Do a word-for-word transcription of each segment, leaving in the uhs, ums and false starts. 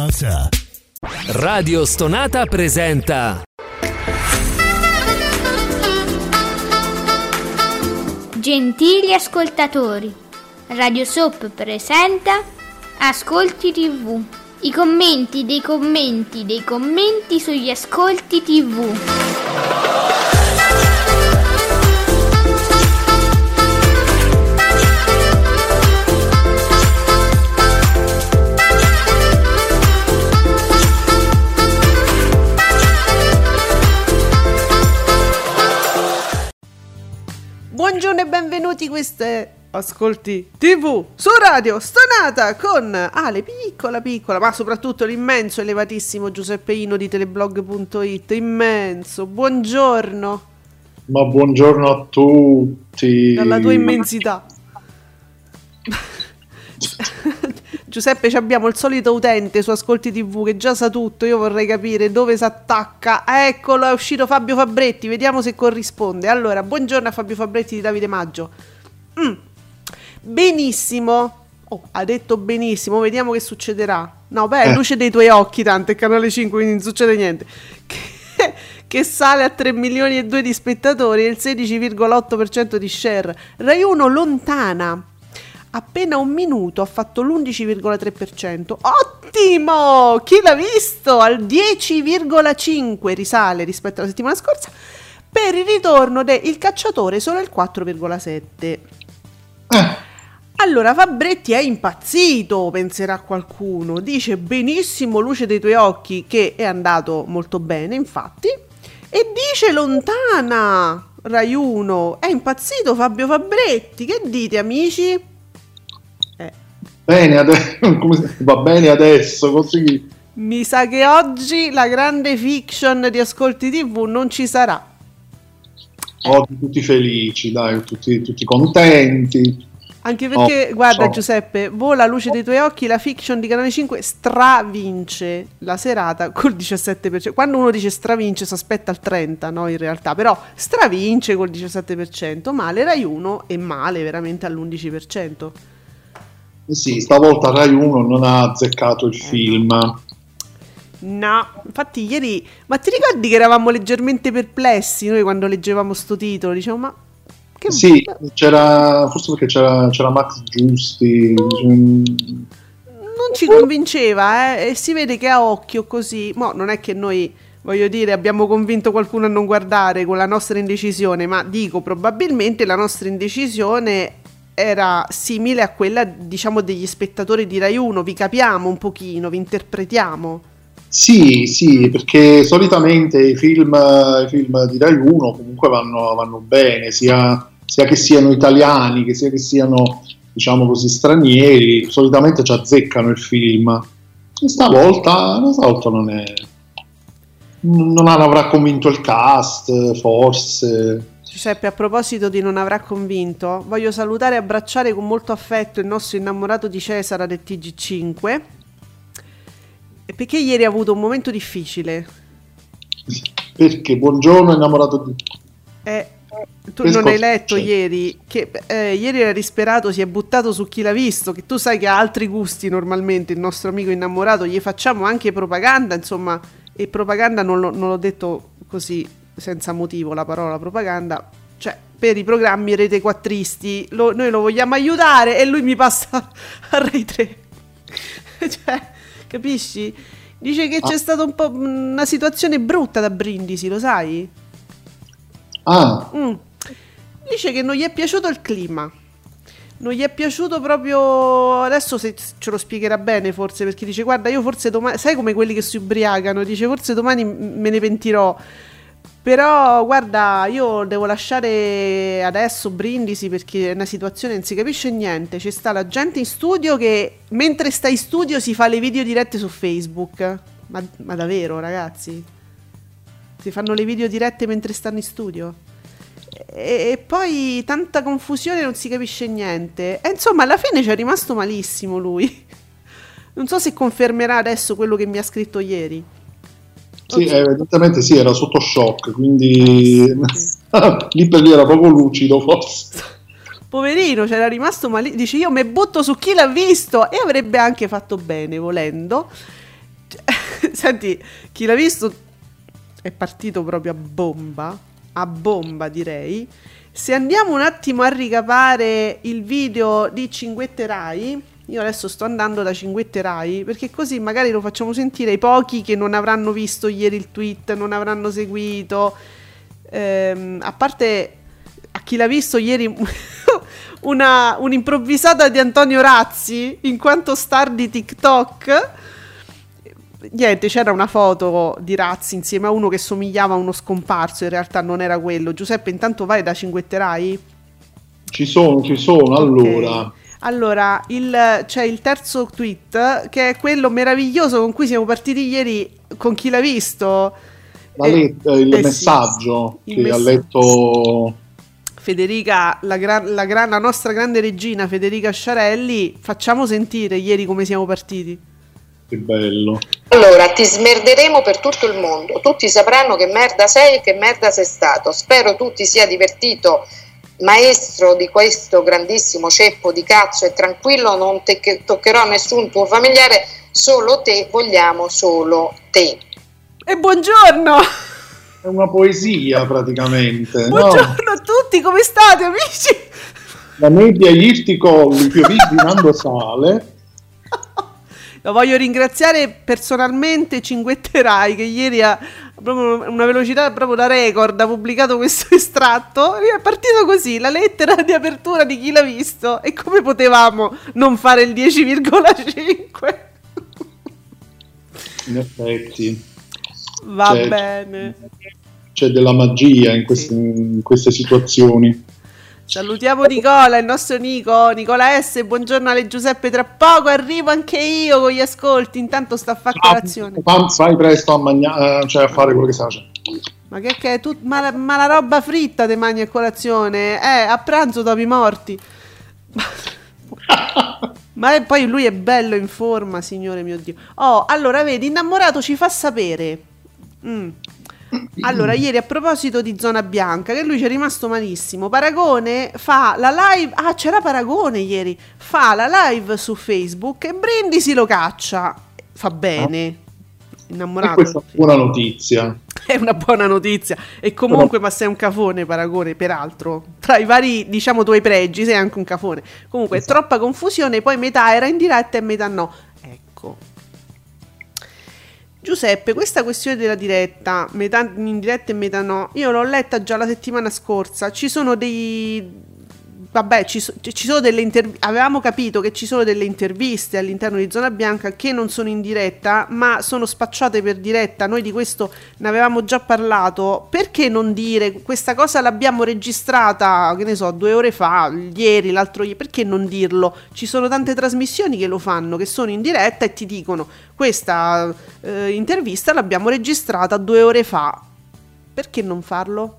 Stonata. Radio Stonata presenta Gentili ascoltatori, Radio Soap presenta Ascolti tivù. I commenti dei commenti dei commenti sugli ascolti tivù. Buongiorno e benvenuti, queste Ascolti tivù su Radio Stonata con Ale piccola piccola, ma soprattutto l'immenso, elevatissimo Giuseppe Ino di teleblog punto it. Immenso, buongiorno. Ma buongiorno a tutti. Dalla tua immensità. Giuseppe, abbiamo il solito utente su Ascolti tivù che già sa tutto. Io vorrei capire dove si attacca. Eccolo, è uscito Fabio Fabretti, vediamo se corrisponde. Allora, buongiorno a Fabio Fabretti di Davide Maggio. Mm. Benissimo. Oh, ha detto benissimo, vediamo che succederà. No, beh, è luce dei tuoi occhi, tanto è canale cinque, quindi non succede niente. Che, che sale a tre milioni e due di spettatori e il sedici virgola otto per cento di share. Rai uno lontana. Appena un minuto ha fatto l'undici virgola tre per cento. Ottimo! Chi l'ha visto? Al dieci virgola cinque risale rispetto alla settimana scorsa. Per il ritorno de Il Cacciatore solo il quattro virgola sette. Eh. Allora Fabretti è impazzito, penserà qualcuno. Dice benissimo Luce dei tuoi occhi, che è andato molto bene infatti. E dice lontana Rai uno. È impazzito Fabio Fabretti. Che dite, amici? Eh. Bene, adesso, come va bene adesso, così. Mi sa che oggi la grande fiction di Ascolti tivù non ci sarà. Oggi tutti felici, dai, tutti, tutti contenti. Anche perché, oh, guarda so. Giuseppe, vola Luce dei tuoi occhi, la fiction di Canale cinque stravince la serata col diciassette per cento. Quando uno dice stravince si aspetta il trenta per cento, no in realtà, però stravince col diciassette per cento, male Rai uno e male veramente all'undici per cento. Sì, stavolta Rai uno non ha azzeccato il eh, film. No. No, infatti ieri, ma ti ricordi che eravamo leggermente perplessi noi quando leggevamo sto titolo? Diciamo, ma che sì, b- c'era, forse perché c'era, c'era Max Giusti. Non, non ci convinceva, eh, e si vede che a occhio così, mo non è che noi, voglio dire, abbiamo convinto qualcuno a non guardare con la nostra indecisione, ma dico, probabilmente la nostra indecisione era simile a quella, diciamo, degli spettatori di Rai uno. Vi capiamo un pochino, vi interpretiamo. Sì, sì, perché solitamente i film, i film di Rai uno comunque vanno, vanno bene, sia, sia che siano italiani, che sia che siano, diciamo così, stranieri, solitamente ci azzeccano il film. E stavolta, stavolta non è, non avrà convinto il cast, forse. Giuseppe, a proposito di non avrà convinto, voglio salutare e abbracciare con molto affetto il nostro innamorato di Cesara del T G cinque, perché ieri ha avuto un momento difficile. Perché? Buongiorno innamorato di... Eh, tu non hai letto ieri che eh, ieri era disperato, si è buttato su Chi l'ha visto, che tu sai che ha altri gusti normalmente, il nostro amico innamorato, gli facciamo anche propaganda, insomma, e propaganda non, lo, non l'ho detto così senza motivo la parola propaganda, cioè per i programmi rete quattristi, lo, noi lo vogliamo aiutare e lui mi passa a Rai tre. Cioè, capisci? Dice che ah. c'è stata un po' una situazione brutta da Brindisi, lo sai? Ah. Mm. Dice che non gli è piaciuto il clima. Non gli è piaciuto proprio. Adesso se ce lo spiegherà bene forse, perché dice guarda io forse domani, sai come quelli che si ubriacano, dice forse domani me ne pentirò, però guarda io devo lasciare adesso Brindisi perché è una situazione, non si capisce niente, ci sta la gente in studio che mentre sta in studio si fa le video dirette su Facebook. Ma, ma davvero ragazzi? Si fanno le video dirette mentre stanno in studio? E, e poi tanta confusione, non si capisce niente. E insomma alla fine ci è rimasto malissimo lui. Non so se confermerà adesso quello che mi ha scritto ieri. Sì, okay. Evidentemente sì, era sotto shock, quindi sì. Lì per lì era proprio lucido forse. Poverino, c'era rimasto malissimo. Dice io mi butto su Chi l'ha visto, e avrebbe anche fatto bene volendo. Senti, chi l'ha visto è partito proprio a bomba, a bomba direi. Se andiamo un attimo a ricapare il video di Cinguette Rai, io adesso sto andando da Cinguette Rai, perché così magari lo facciamo sentire ai pochi che non avranno visto ieri il tweet, non avranno seguito, ehm, a parte a chi l'ha visto ieri una, un'improvvisata di Antonio Razzi in quanto star di TikTok. Niente, c'era una foto di Razzi insieme a uno che somigliava a uno scomparso, in realtà non era quello. Giuseppe, intanto vai da Cinguette Rai? Ci sono, ci sono, allora... Okay. Allora, il, c'è il terzo tweet, che è quello meraviglioso con cui siamo partiti ieri, con chi l'ha visto. La eh, let- il eh messaggio sì, che il messaggio. ha letto... Federica, la, gra- la, gra- la nostra grande regina Federica Sciarelli. Facciamo sentire ieri come siamo partiti. Che bello. Allora, ti smerderemo per tutto il mondo. Tutti sapranno che merda sei e che merda sei stato. Spero tu ti sia divertito, maestro di questo grandissimo ceppo di cazzo, e tranquillo, non te- toccherò nessun tuo familiare, solo te, vogliamo solo te. E buongiorno! È una poesia praticamente. Buongiorno no? a tutti, come state amici? La nebbia irti colli, pioviggi nando sale. Lo voglio ringraziare personalmente Cinguette Rai, che ieri ha proprio una velocità proprio da record, ha pubblicato questo estratto. È partito così, la lettera di apertura di chi l'ha visto, e come potevamo non fare il dieci virgola cinque? In effetti Va c'è, bene. C'è della magia in queste, Sì. in queste situazioni. Salutiamo Nicola, il nostro Nico, Nicola S, buongiorno alle Giuseppe, tra poco arrivo anche io con gli ascolti, intanto sta a fare colazione. Ah, fai presto a mangiare, cioè a fare quello che sa. Ma che, che è tut- ma, la, ma la roba fritta te mangi a colazione? Eh, a pranzo topi morti. Ma è, poi lui è bello in forma, signore mio Dio. Oh, allora vedi, innamorato ci fa sapere. Mm. Allora, ieri a proposito di Zona Bianca, che lui ci è rimasto malissimo, Paragone fa la live, ah c'era Paragone ieri, fa la live su Facebook e Brindisi lo caccia. Fa bene. Innamorato. E questa è una buona notizia. È una buona notizia. E comunque, ma sei un cafone, Paragone, peraltro. Tra i vari, diciamo, tuoi pregi, sei anche un cafone. Comunque, esatto. Troppa confusione, poi metà era in diretta e metà no. Ecco. Giuseppe, questa questione della diretta, metà in diretta e metà no, io l'ho letta già la settimana scorsa. Ci sono dei... Vabbè, ci, so, ci sono delle interviste. Avevamo capito che ci sono delle interviste all'interno di Zona Bianca che non sono in diretta, ma sono spacciate per diretta. Noi di questo ne avevamo già parlato. Perché non dire questa cosa l'abbiamo registrata, che ne so, due ore fa, ieri, l'altro ieri? Perché non dirlo? Ci sono tante trasmissioni che lo fanno, che sono in diretta e ti dicono questa eh, intervista l'abbiamo registrata due ore fa. Perché non farlo?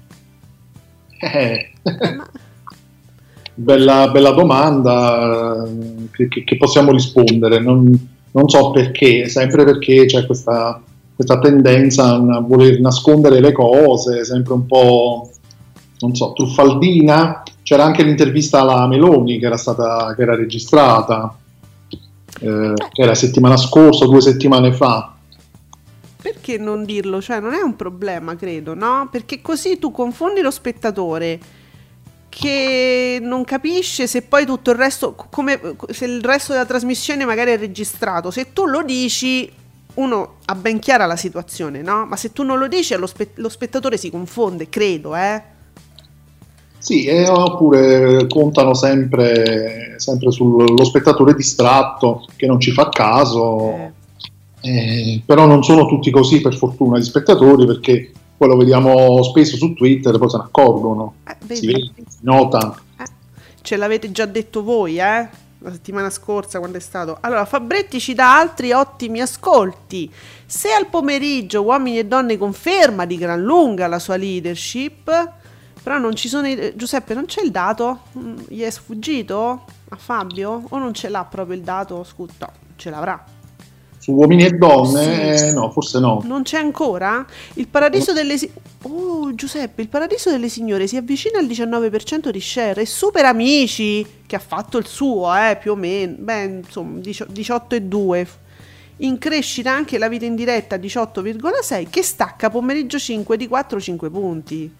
Eh. Ma... Bella, bella domanda che, che, che possiamo rispondere. Non, non so perché, sempre perché c'è questa, questa tendenza a voler nascondere le cose, sempre un po', non so, truffaldina. C'era anche l'intervista alla Meloni che era stata che era registrata, eh, che era settimana scorsa, due settimane fa. Perché non dirlo? Cioè, non è un problema, credo, no? Perché così tu confondi lo spettatore che non capisce se poi tutto il resto, come se il resto della trasmissione magari è registrato. Se tu lo dici, uno ha ben chiara la situazione, no? Ma se tu non lo dici, lo, spe- lo spettatore si confonde, credo, eh? Sì, eh, oppure contano sempre, sempre sullo spettatore distratto che non ci fa caso. Eh. Eh, però non sono tutti così, per fortuna, gli spettatori, perché poi lo vediamo spesso su Twitter, poi se ne accorgono, Eh, si vede, si nota. Eh, ce l'avete già detto voi, eh? La settimana scorsa, quando è stato. Allora, Fabretti ci dà altri ottimi ascolti. Se al pomeriggio Uomini e Donne conferma di gran lunga la sua leadership, però non ci sono i... Giuseppe, non c'è il dato? Mm, Gli è sfuggito a Fabio? O non ce l'ha proprio il dato? Scusa, no, ce l'avrà. Su Uomini e Donne, Sì. eh, no, forse no. Non c'è ancora? Il paradiso delle si- Oh, Giuseppe, il paradiso delle signore si avvicina al diciannove per cento di share e Super Amici, che ha fatto il suo, eh, più o meno, beh, insomma, diciotto virgola due. in crescita anche La vita in diretta diciotto virgola sei, che stacca pomeriggio cinque di quattro cinque punti.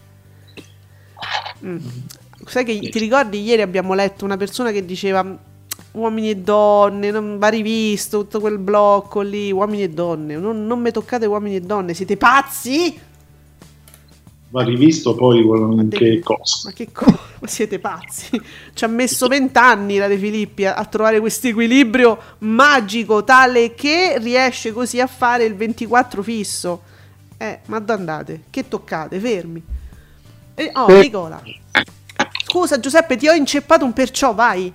Mm. Sai che ti ricordi ieri abbiamo letto una persona che diceva uomini e donne, non va rivisto tutto quel blocco lì, uomini e donne, non, non mi toccate uomini e donne, siete pazzi? Va rivisto poi in che cosa? Ma che cosa? Ma siete pazzi? Ci ha messo vent'anni la De Filippi a, a trovare questo equilibrio magico tale che riesce così a fare il ventiquattro fisso. Eh, ma dove andate? Che toccate? Fermi. Eh, oh, Nicola. Scusa Giuseppe, ti ho inceppato un perciò, vai.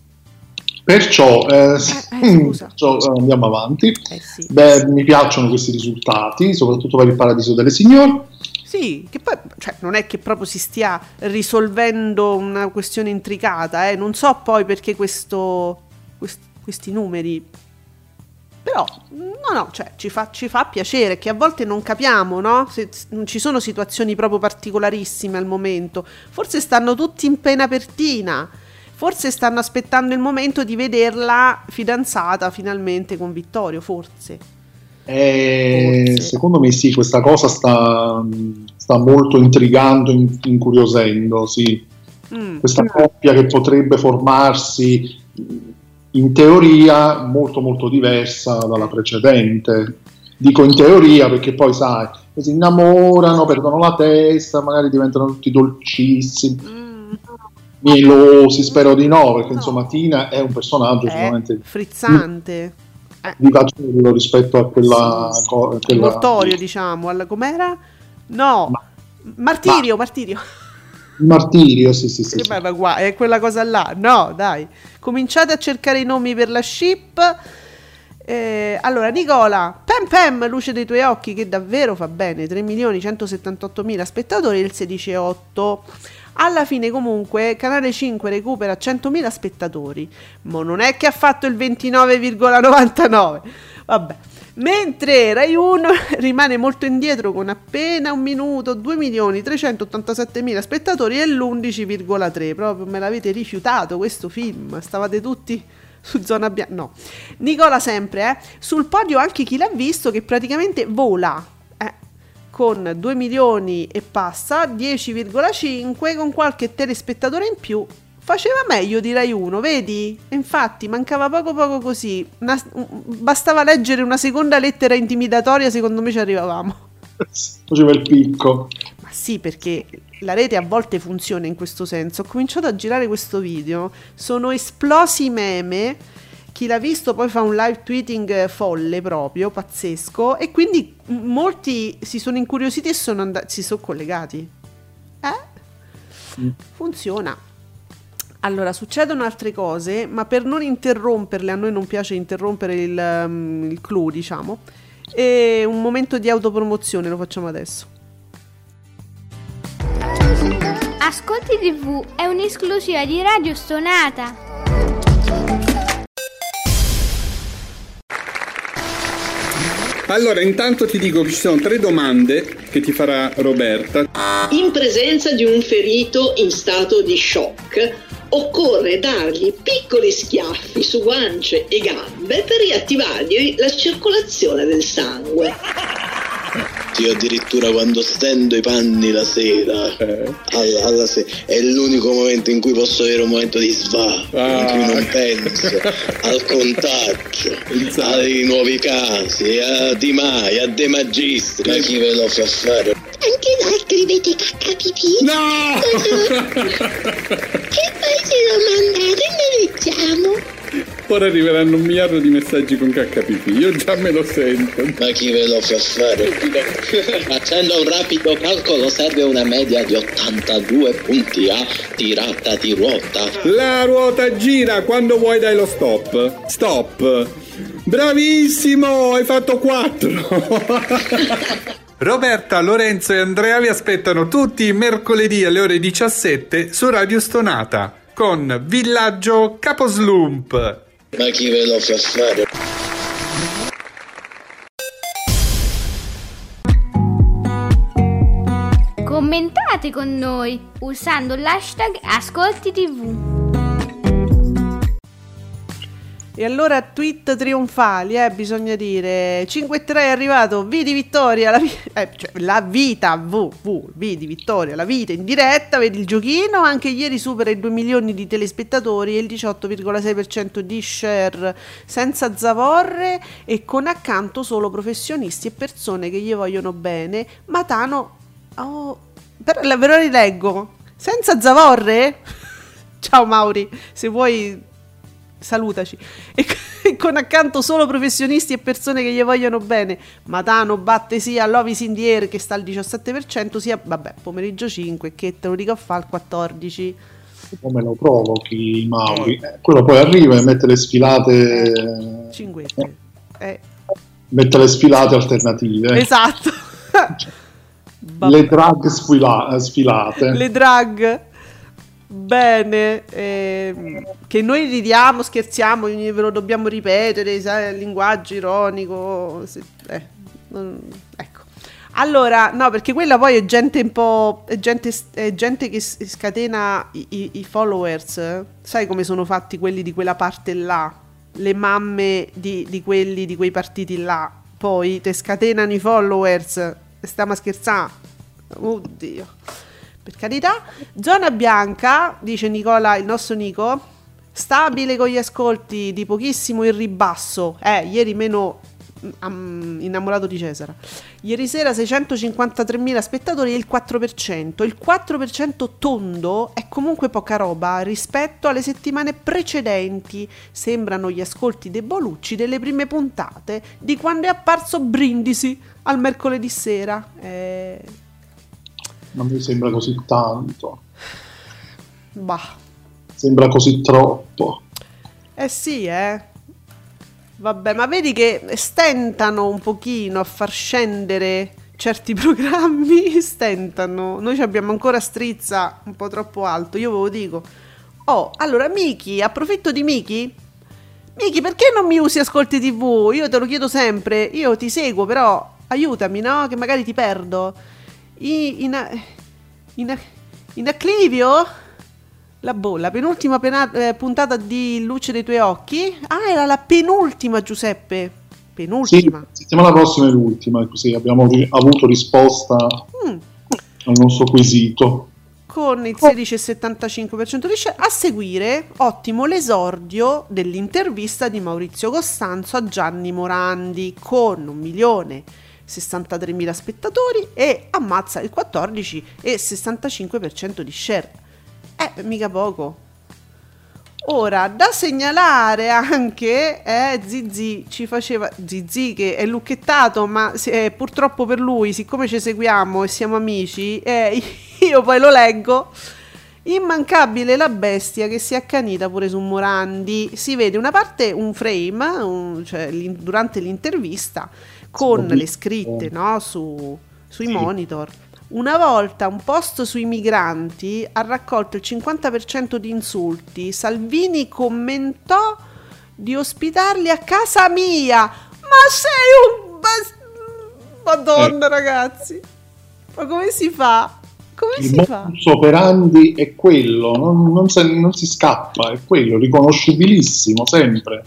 Perciò, eh, eh, eh, scusa. perciò andiamo avanti. Eh, sì. Beh, mi piacciono questi risultati, soprattutto per il Paradiso delle Signore. Sì, che poi cioè, non è che proprio si stia risolvendo una questione intricata, eh. Non so poi perché questo, quest, questi numeri, però no no, cioè ci fa, ci fa piacere, che a volte non capiamo, no? Se non ci sono situazioni proprio particolarissime al momento, forse stanno tutti in pena pertina, forse stanno aspettando il momento di vederla fidanzata finalmente con Vittorio, forse. Eh, secondo me sì, questa cosa sta, sta molto intrigando, incuriosendo, sì. Mm. Questa coppia che potrebbe formarsi in teoria molto molto diversa dalla precedente. Dico in teoria perché poi sai, si innamorano, perdono la testa, magari diventano tutti dolcissimi, mm. mielosi, spero di no, perché no. Insomma Tina è un personaggio è sicuramente frizzante, vivacello rispetto a quella, sì, sì. Co- a quella mortorio, diciamo, alla com'era? No, ma, martirio, ma, martirio. Martirio, sì, sì, sì. Che sì. bella, qua, è quella cosa là. No, dai. Cominciate a cercare i nomi per la ship. Eh, allora, Nicola, Pem Pem, luce dei tuoi occhi, che davvero fa bene, tre milioni centosettantottomila spettatori, il sedici virgola otto. Alla fine comunque Canale cinque recupera centomila spettatori, ma non è che ha fatto il ventinove virgola novantanove. Vabbè. Mentre Rai uno rimane molto indietro con appena un minuto, due milioni trecentottantasettemila spettatori e l'undici virgola tre. Proprio me l'avete rifiutato questo film, stavate tutti su zona bianca. No. Nicola sempre, eh. Sul podio anche Chi l'ha visto, che praticamente vola, eh. con due milioni e passa, dieci virgola cinque, con qualche telespettatore in più. Faceva meglio di Rai uno, vedi? Infatti mancava poco poco così, una, bastava leggere una seconda lettera intimidatoria, secondo me ci arrivavamo. Faceva il picco. Ma sì, perché la rete a volte funziona in questo senso. Ho cominciato a girare questo video, sono esplosi i meme. Chi l'ha visto poi fa un live tweeting folle proprio, pazzesco, e quindi molti si sono incuriositi e sono andati, si sono collegati. Eh? Mm. Funziona. Allora, succedono altre cose, ma per non interromperle, a noi non piace interrompere il, um, il clou, diciamo, e un momento di autopromozione lo facciamo adesso. Ascolti tivù è un'esclusiva di Radio Stonata. Allora, intanto ti dico che ci sono tre domande che ti farà Roberta. In presenza di un ferito in stato di shock, occorre dargli piccoli schiaffi su guance e gambe per riattivargli la circolazione del sangue. Io addirittura quando stendo i panni la sera, eh. alla, alla sera, è l'unico momento in cui posso avere un momento di svago, ah. in cui non penso al contagio, esatto. ai nuovi casi, a Di Maio, a De Magistri. Ma chi ve lo fa fare? Anche voi scrivete cacca pipì? No! Che poi ci domandate e ne leggiamo. Ora arriveranno un miliardo di messaggi con cacca pipì, io già me lo sento. Ma chi ve lo fa fare? Facendo un rapido calcolo serve una media di ottantadue punti a tirata di ruota. La ruota gira, quando vuoi dai lo stop. Stop. Bravissimo, hai fatto quattro. Roberta, Lorenzo e Andrea vi aspettano tutti mercoledì alle ore diciassette su Radio Stonata con Villaggio Caposlump. Ma chi ve lo fa fare? Commentate con noi usando l'hashtag Ascolti tivù. E allora tweet trionfali, eh, bisogna dire. cinque tre è arrivato, V di Vittoria, la, vi- eh, cioè, la vita, V, V, V di Vittoria, la vita in diretta, vedi il giochino, anche ieri supera i due milioni di telespettatori e il diciotto virgola sei per cento di share, senza zavorre e con accanto solo professionisti e persone che gli vogliono bene. Matano, oh, però ve lo rileggo, senza zavorre? Ciao Mauri, se vuoi salutaci. E con accanto solo professionisti e persone che gli vogliono bene. Matano batte sia Lovis in the Air che sta al diciassette per cento, sia vabbè pomeriggio cinque che te lo dico a fa al quattordici. Come lo provochi Mauri? Eh. Quello poi arriva e mette le sfilate eh, cinguette. Eh. Mette le sfilate alternative. Esatto. Le drag sfila- sfilate. Le drag. Bene, eh, che noi ridiamo, scherziamo, ve lo dobbiamo ripetere, sai, il linguaggio ironico, se, eh, non, ecco. Allora, no, perché quella poi è gente un po', è gente, è gente che scatena i, i, i followers, eh? Sai come sono fatti quelli di quella parte là, le mamme di, di quelli di quei partiti là, poi te scatenano i followers, stiamo a scherzare, oddio. Per carità, zona bianca, dice Nicola, il nostro Nico, stabile con gli ascolti di pochissimo in ribasso, eh, ieri meno um, innamorato di Cesara, ieri sera seicentocinquantatremila spettatori e il quattro per cento, il quattro per cento tondo è comunque poca roba rispetto alle settimane precedenti, sembrano gli ascolti debolucci delle prime puntate di quando è apparso Brindisi al mercoledì sera, eh... Non mi sembra così tanto. Bah. Sembra così troppo. Eh sì, eh. Vabbè, ma vedi che stentano un pochino a far scendere certi programmi, stentano. Noi abbiamo ancora Strizza un po' troppo alto, io ve lo dico. Oh, allora Miki, approfitto di Miki. Miki, perché non mi usi Ascolti tivù? Io te lo chiedo sempre, io ti seguo, però aiutami, no? Che magari ti perdo. I, in, in, in acclivio la bolla, penultima pena, eh, puntata di Luce dei tuoi occhi. Ah, era la penultima, Giuseppe. Penultima. Sì, settimana prossima è l'ultima, così abbiamo ri- avuto risposta mm. al nostro quesito. Con il sedici virgola settantacinque per cento di share. A seguire, ottimo l'esordio dell'intervista di Maurizio Costanzo a Gianni Morandi con un milione sessantatremila spettatori e ammazza il quattordici virgola sessantacinque per cento di share. Eh, mica poco. Ora, da segnalare anche, eh, Zizi ci faceva, Zizi che è lucchettato, ma eh, purtroppo per lui, siccome ci seguiamo e siamo amici, eh, io poi lo leggo, immancabile la bestia che si è accanita pure su Morandi. Si vede una parte, un frame, un, cioè durante l'intervista, con le scritte, no, su, sui sì. monitor. Una volta un post sui migranti ha raccolto il cinquanta per cento di insulti. Salvini commentò di ospitarli a casa mia. Ma sei un bas- Madonna eh. ragazzi, ma come si fa? Come il si fa? Il modus operandi è quello, non, non, si, non si scappa, è quello, riconoscibilissimo sempre.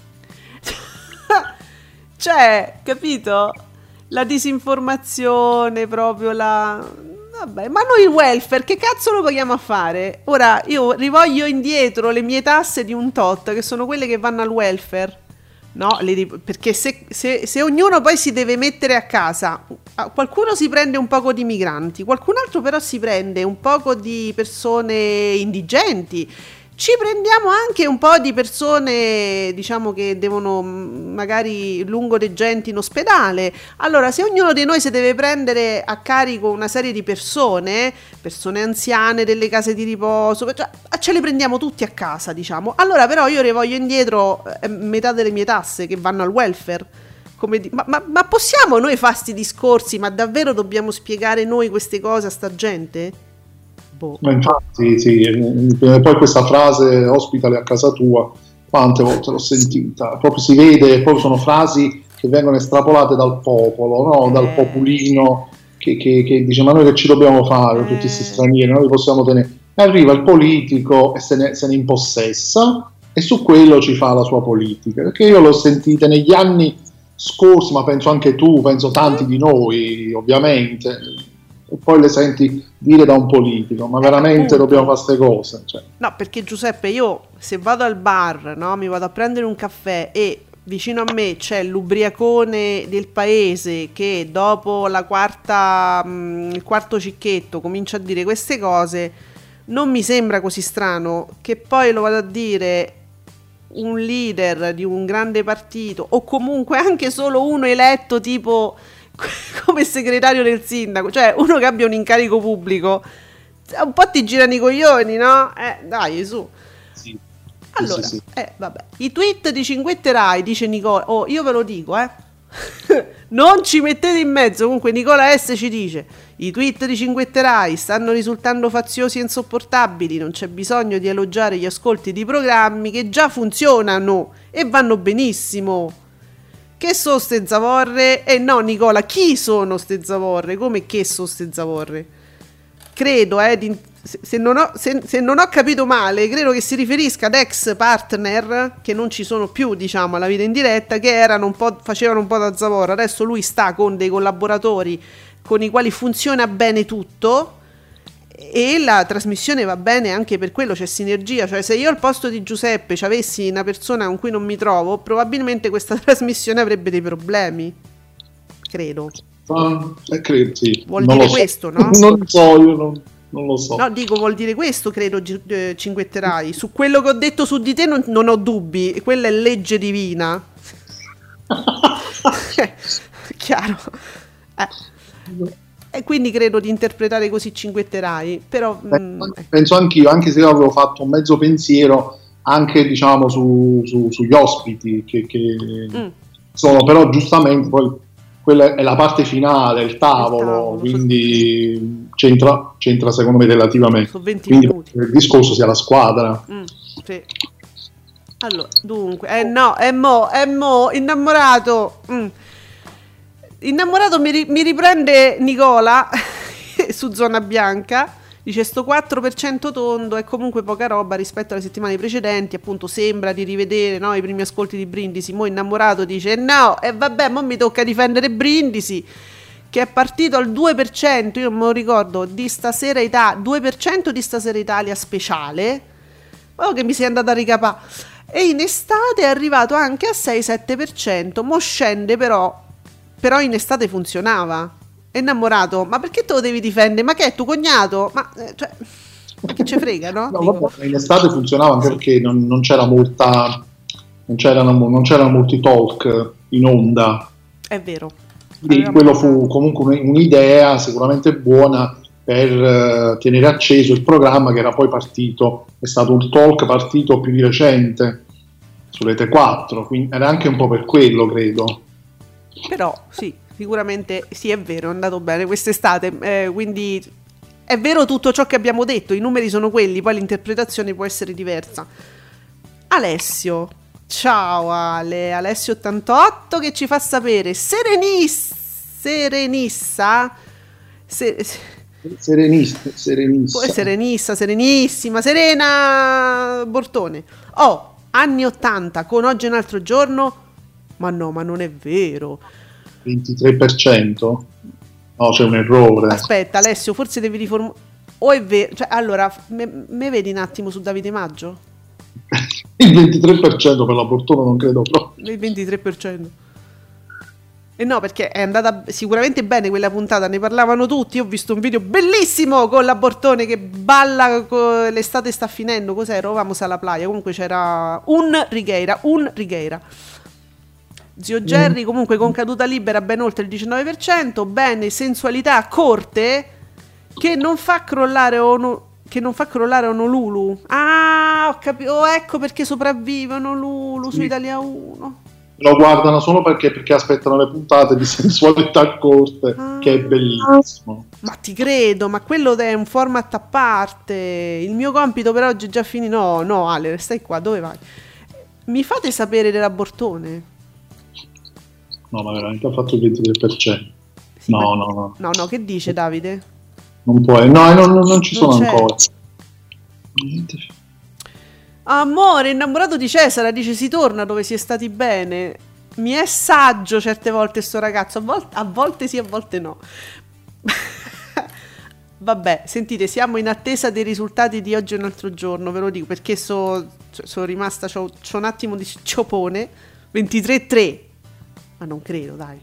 Cioè, capito? La disinformazione, proprio la... Vabbè, ma noi il welfare, che cazzo lo vogliamo a fare? Ora, io rivoglio indietro le mie tasse di un tot, che sono quelle che vanno al welfare. No, le, perché se, se, se ognuno poi si deve mettere a casa, qualcuno si prende un poco di migranti, qualcun altro però si prende un poco di persone indigenti. Ci prendiamo anche un po' di persone, diciamo, che devono magari lungo degenti in ospedale. Allora, se ognuno di noi si deve prendere a carico una serie di persone, persone anziane delle case di riposo, cioè, ce le prendiamo tutti a casa, diciamo. Allora, però, io rivoglio indietro eh, metà delle mie tasse che vanno al welfare. Come di- ma, ma, ma possiamo noi fare sti discorsi? Ma davvero dobbiamo spiegare noi queste cose a sta gente? Ma infatti sì, poi questa frase ospitali a casa tua, quante volte l'ho sentita, proprio si vede, poi sono frasi che vengono estrapolate dal popolo, no? eh. Dal popolino che, che, che dice ma noi che ci dobbiamo fare, eh. tutti questi stranieri, noi li possiamo tenere, e arriva il politico e se ne, se ne impossessa e su quello ci fa la sua politica, perché io l'ho sentita negli anni scorsi, ma penso anche tu, penso tanti di noi ovviamente, e poi le senti dire da un politico, ma veramente Appunto. dobbiamo fare queste cose, cioè. No, perché Giuseppe, io se vado al bar, no, mi vado a prendere un caffè e vicino a me c'è l'ubriacone del paese che dopo la quarta, mh, il quarto cicchetto comincia a dire queste cose, non mi sembra così strano che poi lo vada a dire un leader di un grande partito o comunque anche solo uno eletto tipo come segretario del sindaco, cioè uno che abbia un incarico pubblico, un po' ti girano i coglioni, no? Eh, dai, su. Sì. Allora, sì, sì. Eh, vabbè. I tweet di Cinquetterai, dice Nicola, oh, io ve lo dico, eh. Non ci mettete in mezzo. Comunque Nicola S ci dice: i tweet di Cinquetterai stanno risultando faziosi e insopportabili, non c'è bisogno di elogiare gli ascolti di programmi che già funzionano e vanno benissimo. Che sono ste zavorre? E eh no, Nicola, chi sono ste zavorre? Come che sono ste zavorre? Credo, eh, di, se, se, non ho, se, se non ho capito male, credo che si riferisca ad ex partner che non ci sono più, diciamo, alla vita in diretta, che erano un po', facevano un po' da zavorra. Adesso lui sta con dei collaboratori con i quali funziona bene tutto e la trasmissione va bene anche per quello, c'è sinergia. Cioè, se io al posto di Giuseppe ci avessi una persona con cui non mi trovo, probabilmente questa trasmissione avrebbe dei problemi, credo. Ah, eh, credo, sì. Vuol non dire so. questo, no? Non lo so, io non, non lo so. No, dico, vuol dire questo, credo, Gi- eh, Cinquetterai. Su quello che ho detto su di te non, non ho dubbi, quella è legge divina. Chiaro. Eh. E quindi credo di interpretare così Cinquetterai, però Penso, mh, penso anch'io, anche se io avevo fatto un mezzo pensiero anche, diciamo, su, su, sugli ospiti che, che mm. sono, però giustamente poi quella è la parte finale, il tavolo, Il tavolo, quindi so... c'entra, c'entra secondo me relativamente. Sono venti quindi minuti. il discorso sia la squadra. Mm, sì. Allora, dunque, eh no, è mo, è mo, innamorato. Mm. Innamorato mi, ri- mi riprende Nicola su Zona Bianca, dice sto quattro per cento tondo è comunque poca roba rispetto alle settimane precedenti, appunto sembra di rivedere, no, i primi ascolti di Brindisi. Mo Innamorato dice no, e vabbè, mo mi tocca difendere Brindisi che è partito al due per cento, io non me lo ricordo, di Stasera Italia, due per cento di Stasera Italia speciale, oh che mi sei andata a ricapà, e in estate è arrivato anche a sei sette per cento, mo scende però però in estate funzionava. È Innamorato, ma perché te lo devi difendere? Ma che è tuo cognato? Ma, eh, cioè, ma che ci frega, no? No, vabbè, in estate funzionava anche perché non, non c'era molta non c'erano, non c'erano molti talk in onda. È vero. Quindi quello fu comunque un'idea sicuramente buona per uh, tenere acceso il programma che era poi partito, è stato un talk partito più di recente su Rete quattro, quindi era anche un po' per quello, credo. Però sì, sicuramente sì, è vero, è andato bene quest'estate, eh, quindi è vero tutto ciò che abbiamo detto, i numeri sono quelli, poi l'interpretazione può essere diversa. Alessio, ciao Ale, Alessio ottantotto che ci fa sapere Serenis, Serenissa, se, Serenissa, Serenissa. Serenissa, Serenissima, Serena Bortone. Oh, anni ottanta con Oggi è un altro giorno. Ma no, ma non è vero. ventitré per cento? No, c'è un errore. Aspetta, Alessio, forse devi riformulare. O è vero? Cioè, allora, me, me vedi un attimo su Davide Maggio? Il ventitré per cento per la Bortone non credo proprio. Il ventitré per cento. E no, perché è andata sicuramente bene quella puntata, ne parlavano tutti. Io ho visto un video bellissimo con la Bortone che balla, con... l'estate sta finendo, cos'era? Vamos alla playa. Comunque c'era un Righeira, un Righeira. Zio Jerry comunque con caduta libera ben oltre il diciannove per cento, bene, sensualità a corte che non fa crollare ono, che non fa crollare Honolulu. Ah, ho capito, oh, ecco perché sopravvive Honolulu su Italia uno. Lo guardano solo perché, perché aspettano le puntate di sensualità a corte, ah, che è bellissimo. Ma ti credo, ma quello è un format a parte. Il mio compito per oggi è già finito. No, no Ale, stai qua, dove vai? Mi fate sapere della Bortone? No, ma veramente ha fatto il ventitré per cento. Sì, no, ma... no, no. No, no, che dice Davide? Non puoi. No, non, non ci non sono c'è. ancora. Amore, innamorato di Cesare, dice si torna dove si è stati bene. Mi è saggio certe volte sto ragazzo, a, vol- a volte sì, a volte no. Vabbè, sentite, siamo in attesa dei risultati di oggi e un altro giorno, ve lo dico, perché so, sono rimasta, c'ho, c'ho un attimo di ciopone. Ventitré tre, ma non credo, dai.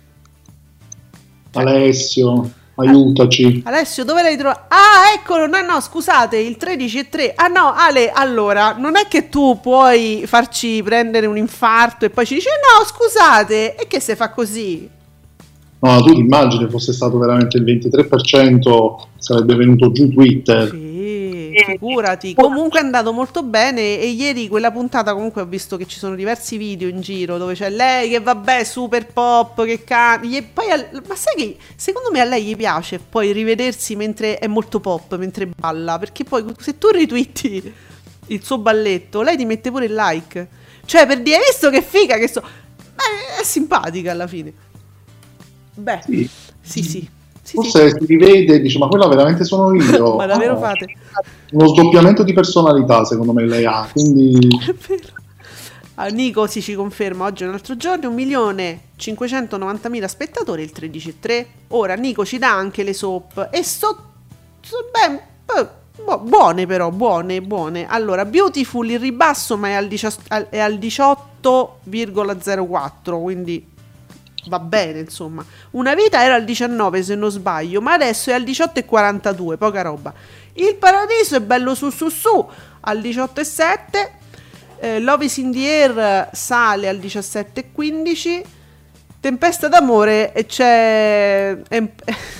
Alessio, aiutaci. Alessio, dove l'hai trovato? Ah, eccolo, no, no, scusate, il tredici e tre. Ah no, Ale, allora, non è che tu puoi farci prendere un infarto e poi ci dici, no, scusate, e che se fa così? No, tu ti immagini fosse stato veramente il ventitré per cento, sarebbe venuto giù Twitter. Sì, figurati. Comunque è andato molto bene e ieri quella puntata comunque ho visto che ci sono diversi video in giro dove c'è lei che vabbè super pop, che canta. Poi, ma sai che secondo me a lei gli piace poi rivedersi mentre è molto pop, mentre balla, perché poi se tu ritwitti il suo balletto lei ti mette pure il like. Cioè per dire, hai visto che figa che so. Beh, è simpatica alla fine. Beh, sì, sì, sì. sì Forse sì. Si rivede e dice, ma quella veramente sono io. Ma davvero oh, fate? Uno sdoppiamento di personalità, secondo me lei ha, quindi... È vero. Ah, Nico si ci conferma, oggi è un altro giorno, un milione cinquecentonovantamila spettatori, il tredici e tre. Ora Nico ci dà anche le soap e so... so beh, bu- buone però, buone, buone. Allora, Beautiful in ribasso, ma è al, dici- è al diciotto virgola zero quattro, quindi... va bene, insomma. Una vita era al diciannove se non sbaglio, ma adesso è al diciotto virgola quarantadue, poca roba. Il Paradiso è bello su su su al diciotto virgola sette. eh, Love is in the Air sale al diciassette virgola quindici. Tempesta d'amore e c'è è,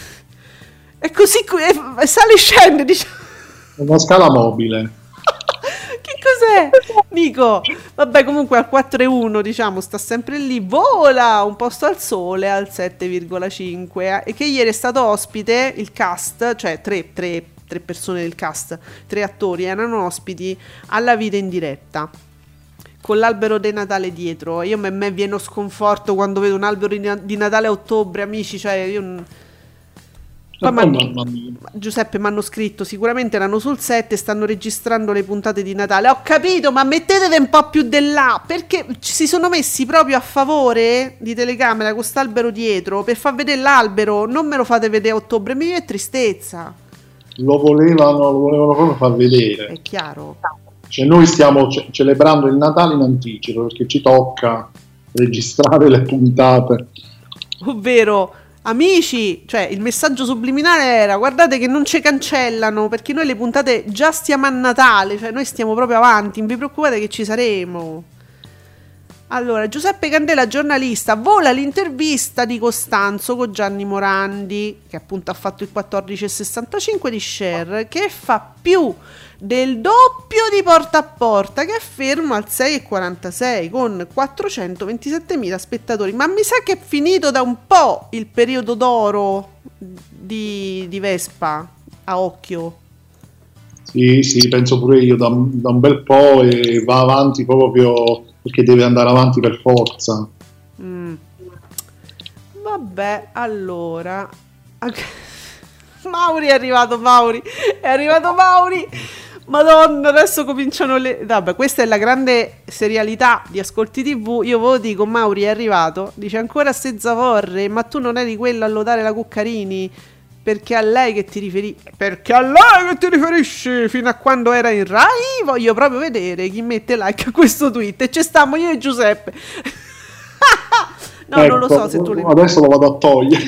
è così è, sale e scende, diciamo. Una scala mobile. Che cos'è? Nico, vabbè, comunque al quattro virgola uno diciamo sta sempre lì, vola un posto al sole al sette virgola cinque e che ieri è stato ospite il cast, cioè tre, tre, tre persone del cast, tre attori erano ospiti alla Vita in diretta con l'albero di Natale dietro. Io a me viene sconforto quando vedo un albero di Natale a ottobre, amici, cioè io... Poi oh, Giuseppe mi hanno scritto sicuramente erano sul set e stanno registrando le puntate di Natale. Ho capito, ma mettetele un po' più di là, perché si sono messi proprio a favore di telecamera con quest'albero dietro per far vedere l'albero. Non me lo fate vedere a ottobre, mi viene tristezza. Lo volevano, lo volevano proprio far vedere. È chiaro. Cioè noi stiamo ce- celebrando il Natale in anticipo perché ci tocca registrare le puntate. Ovvero, amici, cioè il messaggio subliminale era guardate che non ci cancellano perché noi le puntate già stiamo a Natale, cioè noi stiamo proprio avanti, non vi preoccupate che ci saremo. Allora, Giuseppe Candela, giornalista, vola l'intervista di Costanzo con Gianni Morandi, che appunto ha fatto il quattordici virgola sessantacinque di share, che fa più del doppio di Porta a Porta, che è fermo al sei virgola quarantasei con quattrocentoventisettemila spettatori. Ma mi sa che è finito da un po' il periodo d'oro di, di Vespa, a occhio. Sì, sì, penso pure io da, da un bel po' e va avanti proprio perché deve andare avanti per forza. Mm. Vabbè, allora... Mauri è arrivato, Mauri, è arrivato Mauri, Madonna, adesso cominciano le... Vabbè, questa è la grande serialità di Ascolti tivù, io ve lo dico, Mauri è arrivato, dice ancora se zavorre, ma tu non eri quello a lodare la Cuccarini, perché a lei che ti riferisci, perché a lei che ti riferisci, fino a quando era in Rai, voglio proprio vedere chi mette like a questo tweet, e ci stiamo io e Giuseppe. No, ecco, non lo so se tu le... Adesso lo vado a togliere.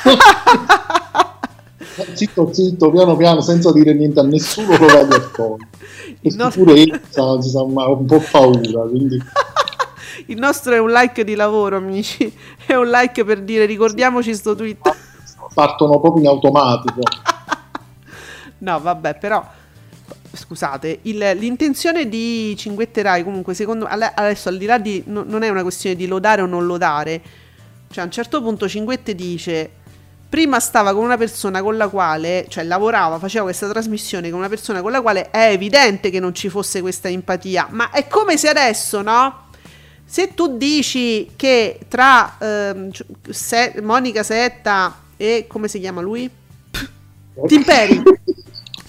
Zitto, zitto, piano piano, senza dire niente a nessuno, lo vado a togliere. E nostro... sicurezza, insomma, ho un po' paura, quindi... Il nostro è un like di lavoro, amici. È un like per dire ricordiamoci sto tweet. Partono proprio in automatico. No, vabbè, però scusate, il, l'intenzione di Cinguette Rai comunque secondo adesso al di là di no, non è una questione di lodare o non lodare. Cioè a un certo punto Cinguette dice prima stava con una persona con la quale, cioè lavorava, faceva questa trasmissione con una persona con la quale è evidente che non ci fosse questa empatia, ma è come se adesso, no? Se tu dici che tra ehm, Se- Monica Setta e come si chiama lui? Timperi.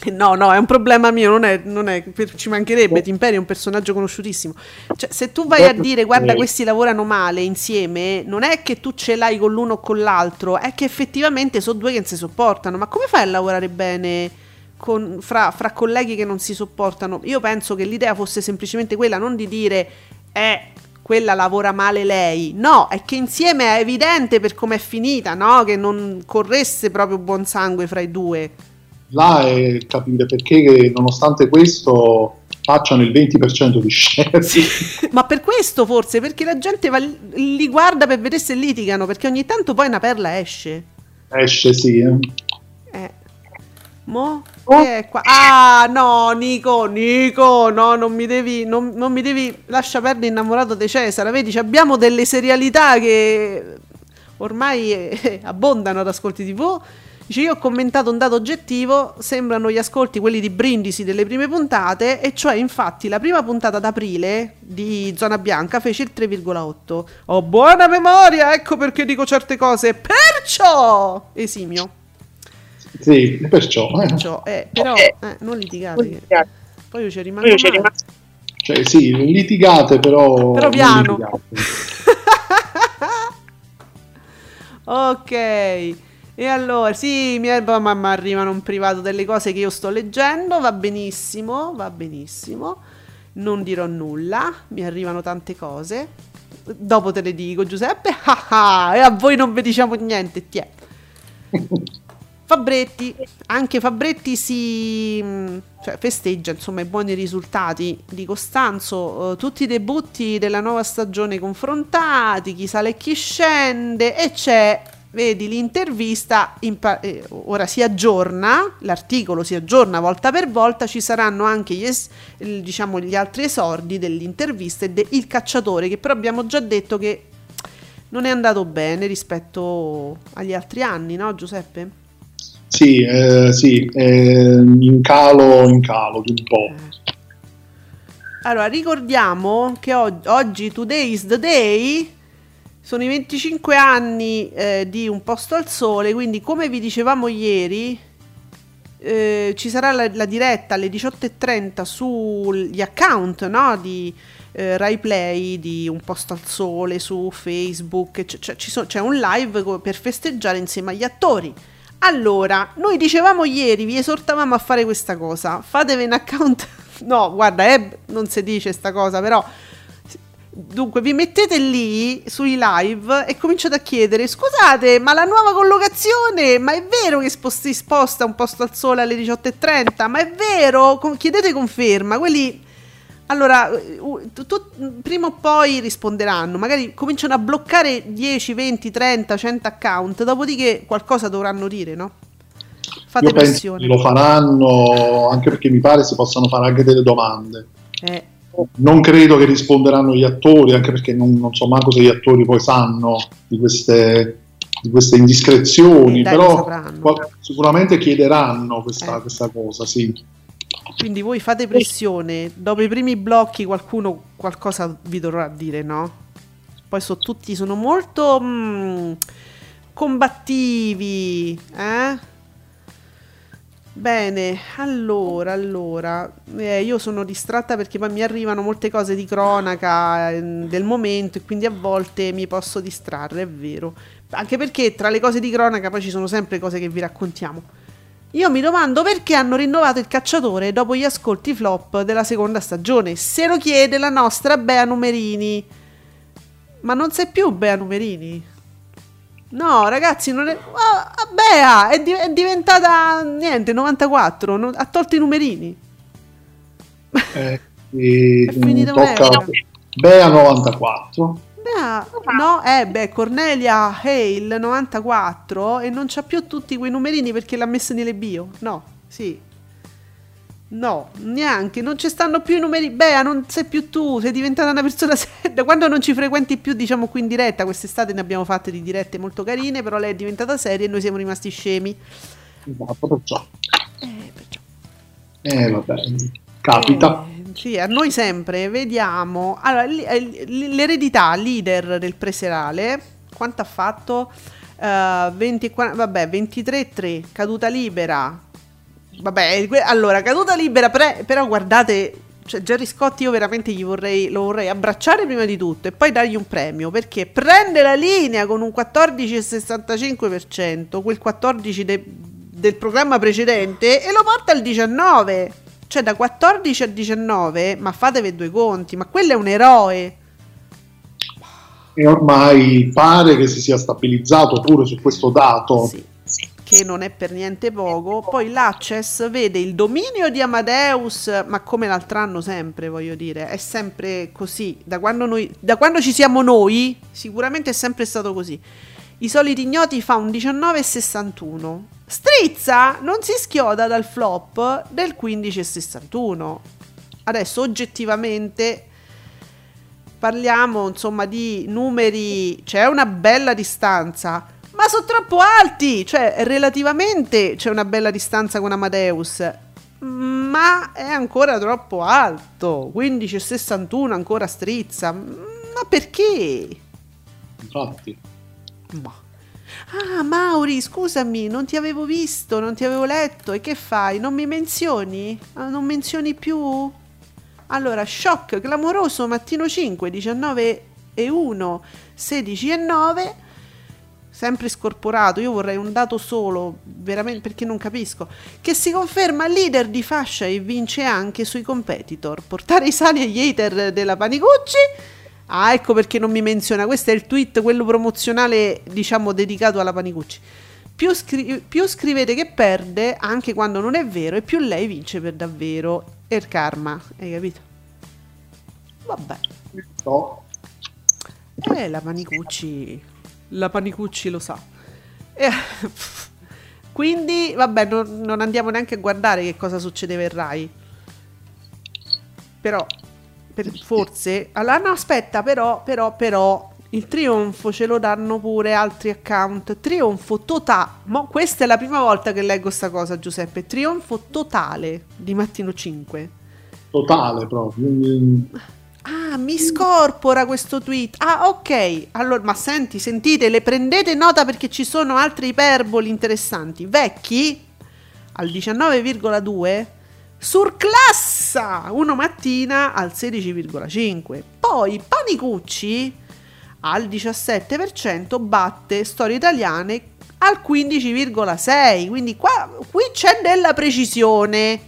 No, no, è un problema mio, non è, non è ci mancherebbe, Timperi è un personaggio conosciutissimo. Cioè, se tu vai a dire guarda questi lavorano male insieme, non è che tu ce l'hai con l'uno o con l'altro, è che effettivamente sono due che non si sopportano. Ma come fai a lavorare bene con, fra, fra colleghi che non si sopportano? Io penso che l'idea fosse semplicemente quella, non di dire eh, quella lavora male lei, no, è che insieme è evidente per come è finita, no? Che non corresse proprio buon sangue fra i due. Là è capire perché nonostante questo facciano il venti per cento di share. Sì, ma per questo forse, perché la gente va, li guarda per vedere se litigano, perché ogni tanto poi una perla esce. Esce, sì. Eh. Eh. Mo? Che è qua? Ah, no, Nico, Nico, no, non mi devi, non, non mi devi, lascia perdere Innamorato di Cesare, vedi, abbiamo delle serialità che ormai eh, abbondano ad Ascolti tivù. Dice, io ho commentato un dato oggettivo, sembrano gli ascolti quelli di Brindisi delle prime puntate, e cioè infatti la prima puntata d'aprile di Zona Bianca fece il tre virgola otto. Ho buona memoria, ecco perché dico certe cose, perciò esimio. Sì, perciò. Eh. perciò eh, però eh, non litigate, che... poi io ci rimango male. Cioè sì, litigate però... Però piano. Ok. E allora, sì, mi mamma arrivano in privato delle cose che io sto leggendo, va benissimo, va benissimo, non dirò nulla, mi arrivano tante cose, dopo te le dico, Giuseppe, ah ah, e a voi non vi diciamo niente, tiè. Fabretti, anche Fabretti si cioè, festeggia insomma i buoni risultati di Costanzo, uh, tutti i debutti della nuova stagione confrontati, chi sale e chi scende, e c'è... Vedi l'intervista, pa- eh, ora si aggiorna, l'articolo si aggiorna volta per volta, ci saranno anche gli, es- diciamo, gli altri esordi dell'intervista e de- il cacciatore, che però abbiamo già detto che non è andato bene rispetto agli altri anni, no Giuseppe? Sì, eh, sì, eh, in calo, in calo di un po'. Eh. Allora, ricordiamo che og- oggi, today is the day... Sono i venticinque anni eh, di Un posto al sole, quindi come vi dicevamo ieri eh, ci sarà la, la diretta alle diciotto e trenta sugli account, no, di eh, Rai Play, di Un posto al sole su Facebook, c- c- ci so- c'è un live per festeggiare insieme agli attori. Allora, noi dicevamo ieri, vi esortavamo a fare questa cosa, fatevi un account, no guarda eh, non si dice sta cosa però... Dunque vi mettete lì sui live e cominciate a chiedere scusate ma la nuova collocazione, ma è vero che si sposta Un posto al sole alle diciotto e trenta, ma è vero? Chiedete conferma, quelli allora tu, tu, prima o poi risponderanno, magari cominciano a bloccare dieci, venti, trenta, cento account, dopodiché qualcosa dovranno dire, no? Fate Io pressione. Penso che lo faranno, anche perché mi pare si possano fare anche delle domande. Eh Non credo che risponderanno gli attori, anche perché non, non so manco se gli attori poi sanno di queste, di queste indiscrezioni, eh dai, però qual- sicuramente chiederanno questa, eh. questa cosa, sì. Quindi voi fate pressione, dopo i primi blocchi qualcuno qualcosa vi dovrà dire, no? Poi so, tutti sono molto mm, combattivi, eh? Bene, allora, allora, eh, io sono distratta perché poi mi arrivano molte cose di cronaca eh, del momento e quindi a volte mi posso distrarre, è vero. Anche perché tra le cose di cronaca poi ci sono sempre cose che vi raccontiamo. Io mi domando perché hanno rinnovato il cacciatore dopo gli ascolti flop della seconda stagione. Se lo chiede la nostra Bea Numerini. Ma non sei più Bea Numerini? No, ragazzi, non è. Oh, Bea è, di- è diventata niente. novantaquattro. Non... Ha tolto i numerini. Eh, e è finita tocca Bea novantaquattro. Bea, no, eh, beh, Cornelia Hale novantaquattro e non c'ha più tutti quei numerini perché l'ha messo nelle bio. No, sì. No, neanche, non ci stanno più i numeri. Bea, non sei più tu, sei diventata una persona seria. Quando non ci frequenti più, diciamo qui in diretta, quest'estate ne abbiamo fatte di dirette molto carine, però lei è diventata seria e noi siamo rimasti scemi. Esatto, perciò. Eh, perciò. Eh, vabbè, capita. Eh, sì, a noi sempre, vediamo. Allora, l'eredità, leader del preserale, quanto ha fatto? Uh, venti, vabbè, ventitré tre, caduta libera. vabbè, allora, caduta libera, pre- però guardate, cioè Gerry Scott io veramente gli vorrei, lo vorrei abbracciare prima di tutto e poi dargli un premio, perché prende la linea con un quattordici virgola sessantacinque per cento, quel quattordici de- del programma precedente, e lo porta al diciannove, cioè da quattordici a diciannove, ma fatevi due conti, ma quello è un eroe. E ormai pare che si sia stabilizzato pure su questo dato. Sì, che non è per niente poco. Poi l'Access vede il dominio di Amadeus, ma come l'altro anno sempre, voglio dire, è sempre così, da quando, noi, da quando ci siamo noi, sicuramente è sempre stato così. I Soliti Ignoti fa un diciannove virgola sessantuno. Strizza non si schioda dal flop del quindici virgola sessantuno. Adesso oggettivamente parliamo insomma di numeri, c'è una bella distanza, ma sono troppo alti, cioè relativamente c'è una bella distanza con Amadeus, ma è ancora troppo alto. Quindici virgola sessantuno ancora Strizza, ma perché? Infatti. Ma. Ah, Mauri, scusami, non ti avevo visto, non ti avevo letto, e che fai? Non mi menzioni? Ah, non menzioni più? Allora, shock clamoroso, mattino cinque, diciannove e uno, sedici e nove, sempre scorporato. Io vorrei un dato solo, veramente, perché non capisco, che si conferma leader di fascia e vince anche sui competitor. Portare i sali agli hater della Panicucci. Ah, ecco perché non mi menziona. Questo è il tweet, quello promozionale, diciamo, dedicato alla Panicucci. Più, scri- più scrivete che perde, anche quando non è vero, e più lei vince per davvero. E il karma, hai capito? Vabbè. No. Eh, la Panicucci, la Panicucci lo sa. Eh, quindi, vabbè, non, non andiamo neanche a guardare che cosa succedeva in Rai. Però, per, forse... Allora, no, aspetta, però, però, però... Il trionfo ce lo danno pure altri account. Trionfo totale. Mo, questa è la prima volta che leggo sta cosa, Giuseppe. Trionfo totale di Mattino cinque. Totale proprio. Ah, mi scorpora questo tweet. Ah, ok. Allora, ma senti, sentite, le prendete nota perché ci sono altre iperboli interessanti. Vecchi al diciannove virgola due, surclassa uno mattina al sedici virgola cinque. Poi Panicucci al diciassette per cento batte Storie Italiane al quindici virgola sei, quindi qua, qui c'è della precisione.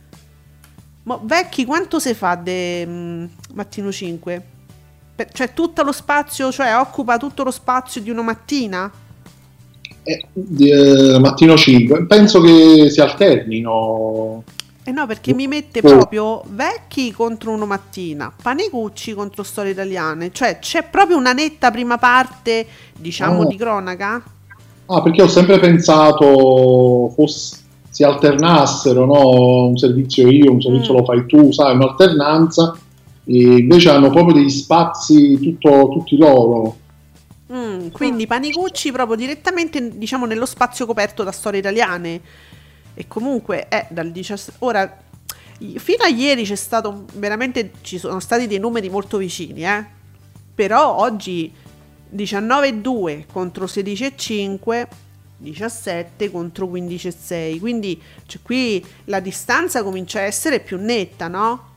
Ma Vecchi quanto si fa de mh, Mattino cinque? Per, cioè tutto lo spazio, cioè occupa tutto lo spazio di una mattina? Eh, eh, Mattino cinque, penso che si alternino. Eh no, perché mi mette proprio Vecchi contro Uno Mattina, Panicucci contro Storie Italiane, cioè c'è proprio una netta prima parte, diciamo, oh. di cronaca. Ah, perché ho sempre pensato fosse, si alternassero, no? Un servizio io, un servizio mm. lo fai tu, sai, un'alternanza, e invece hanno proprio degli spazi tutto, tutti loro. Mm, quindi Panicucci proprio direttamente, diciamo, nello spazio coperto da Storie Italiane. E comunque è dal diciassette, ora fino a ieri c'è stato veramente, ci sono stati dei numeri molto vicini, eh? Però oggi diciannove virgola due contro sedici virgola cinque, diciassette contro quindici virgola sei, quindi cioè, qui la distanza comincia a essere più netta, no?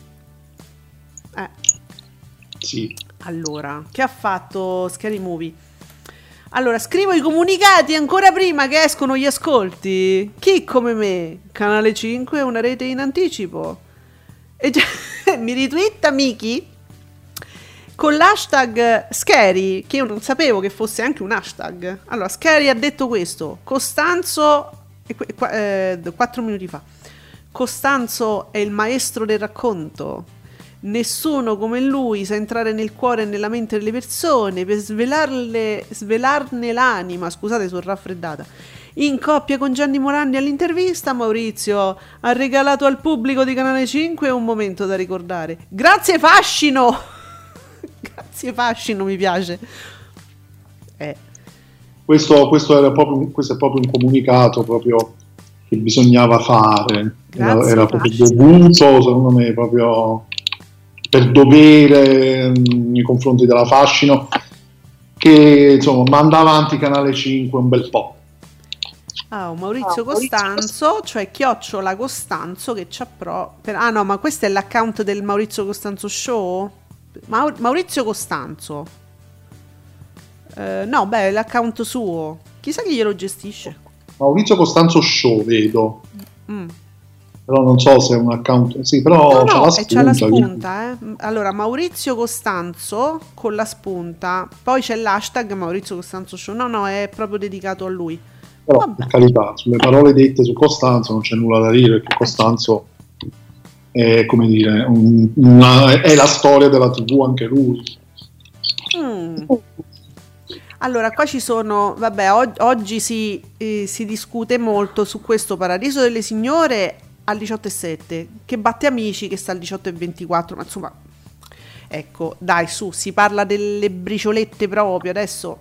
Eh. Sì. Allora, che ha fatto Scary Movie? Allora, scrivo i comunicati ancora prima che escono gli ascolti. Chi come me? Canale cinque è una rete in anticipo. E già, mi ritwitta Miki con l'hashtag Scary, che io non sapevo che fosse anche un hashtag. Allora, Scary ha detto questo. Costanzo, eh, quattro minuti fa. Costanzo è il maestro del racconto. Nessuno come lui sa entrare nel cuore e nella mente delle persone per svelarle, svelarne l'anima. Scusate, sono raffreddata. In coppia con Gianni Morandi all'intervista, Maurizio ha regalato al pubblico di Canale cinque un momento da ricordare. Grazie Fascino! Grazie Fascino, mi piace. Eh. Questo, questo, era proprio, questo è proprio un comunicato proprio che bisognava fare. Era, era proprio dovuto, secondo me, proprio per dovere nei confronti della Fascino, che insomma manda avanti Canale cinque un bel po'. Ah, Maurizio Costanzo, cioè chiocciola Costanzo che c'ha pro... Per... Ah no, ma questo è l'account del Maurizio Costanzo Show? Maur- Maurizio Costanzo. Eh, no, beh, è l'account suo. Chissà chi glielo gestisce. Maurizio Costanzo Show, vedo. Mm. Però non so se è un account... Sì, però no, c'ha no, la e spunta. c'ha la spunta, eh. Allora, Maurizio Costanzo con la spunta. Poi c'è l'hashtag Maurizio Costanzo Show. No, no, è proprio dedicato a lui. Però, Vabbè. per carità, sulle parole dette su Costanzo non c'è nulla da dire, perché Costanzo è, come dire, un, una, è la storia della tivù anche lui. Mm. Allora, qua ci sono, vabbè, og- oggi si, eh, si discute molto su questo Paradiso delle Signore al diciotto e sette, che batte Amici che sta al diciotto e ventiquattro, ma insomma, ecco, dai, su, si parla delle briciolette proprio, adesso,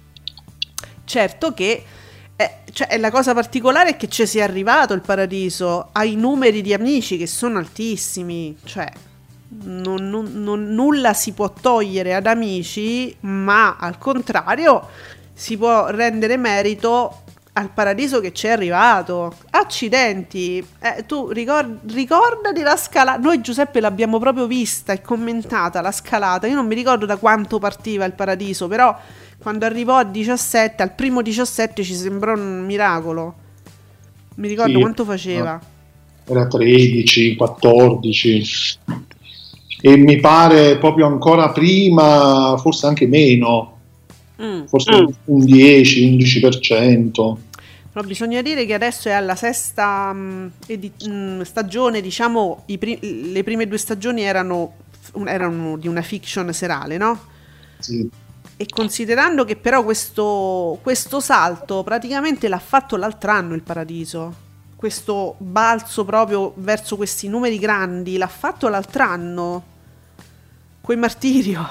certo che... Eh, cioè, la cosa particolare è che ci sia arrivato il Paradiso ai numeri di Amici che sono altissimi, cioè non, non, non, nulla si può togliere ad Amici, ma al contrario si può rendere merito al Paradiso che ci è arrivato. Accidenti, eh, tu ricord- ricordati la scalata. Noi, Giuseppe, l'abbiamo proprio vista e commentata la scalata. Io non mi ricordo da quanto partiva il Paradiso, però quando arrivò a diciassette, al primo diciassette, ci sembrò un miracolo. Mi ricordo Sì, quanto faceva. Era tredici, quattordici. E mi pare proprio ancora prima, forse anche meno. Mm. Forse mm. un dieci undici per cento. Però bisogna dire che adesso è alla sesta mh, edi- mh, stagione, diciamo, i pri- le prime due stagioni erano, erano di una fiction serale, no? Sì. E considerando che però questo, questo salto praticamente l'ha fatto l'altro anno il Paradiso, questo balzo proprio verso questi numeri grandi l'ha fatto l'altro anno, coi Martirio.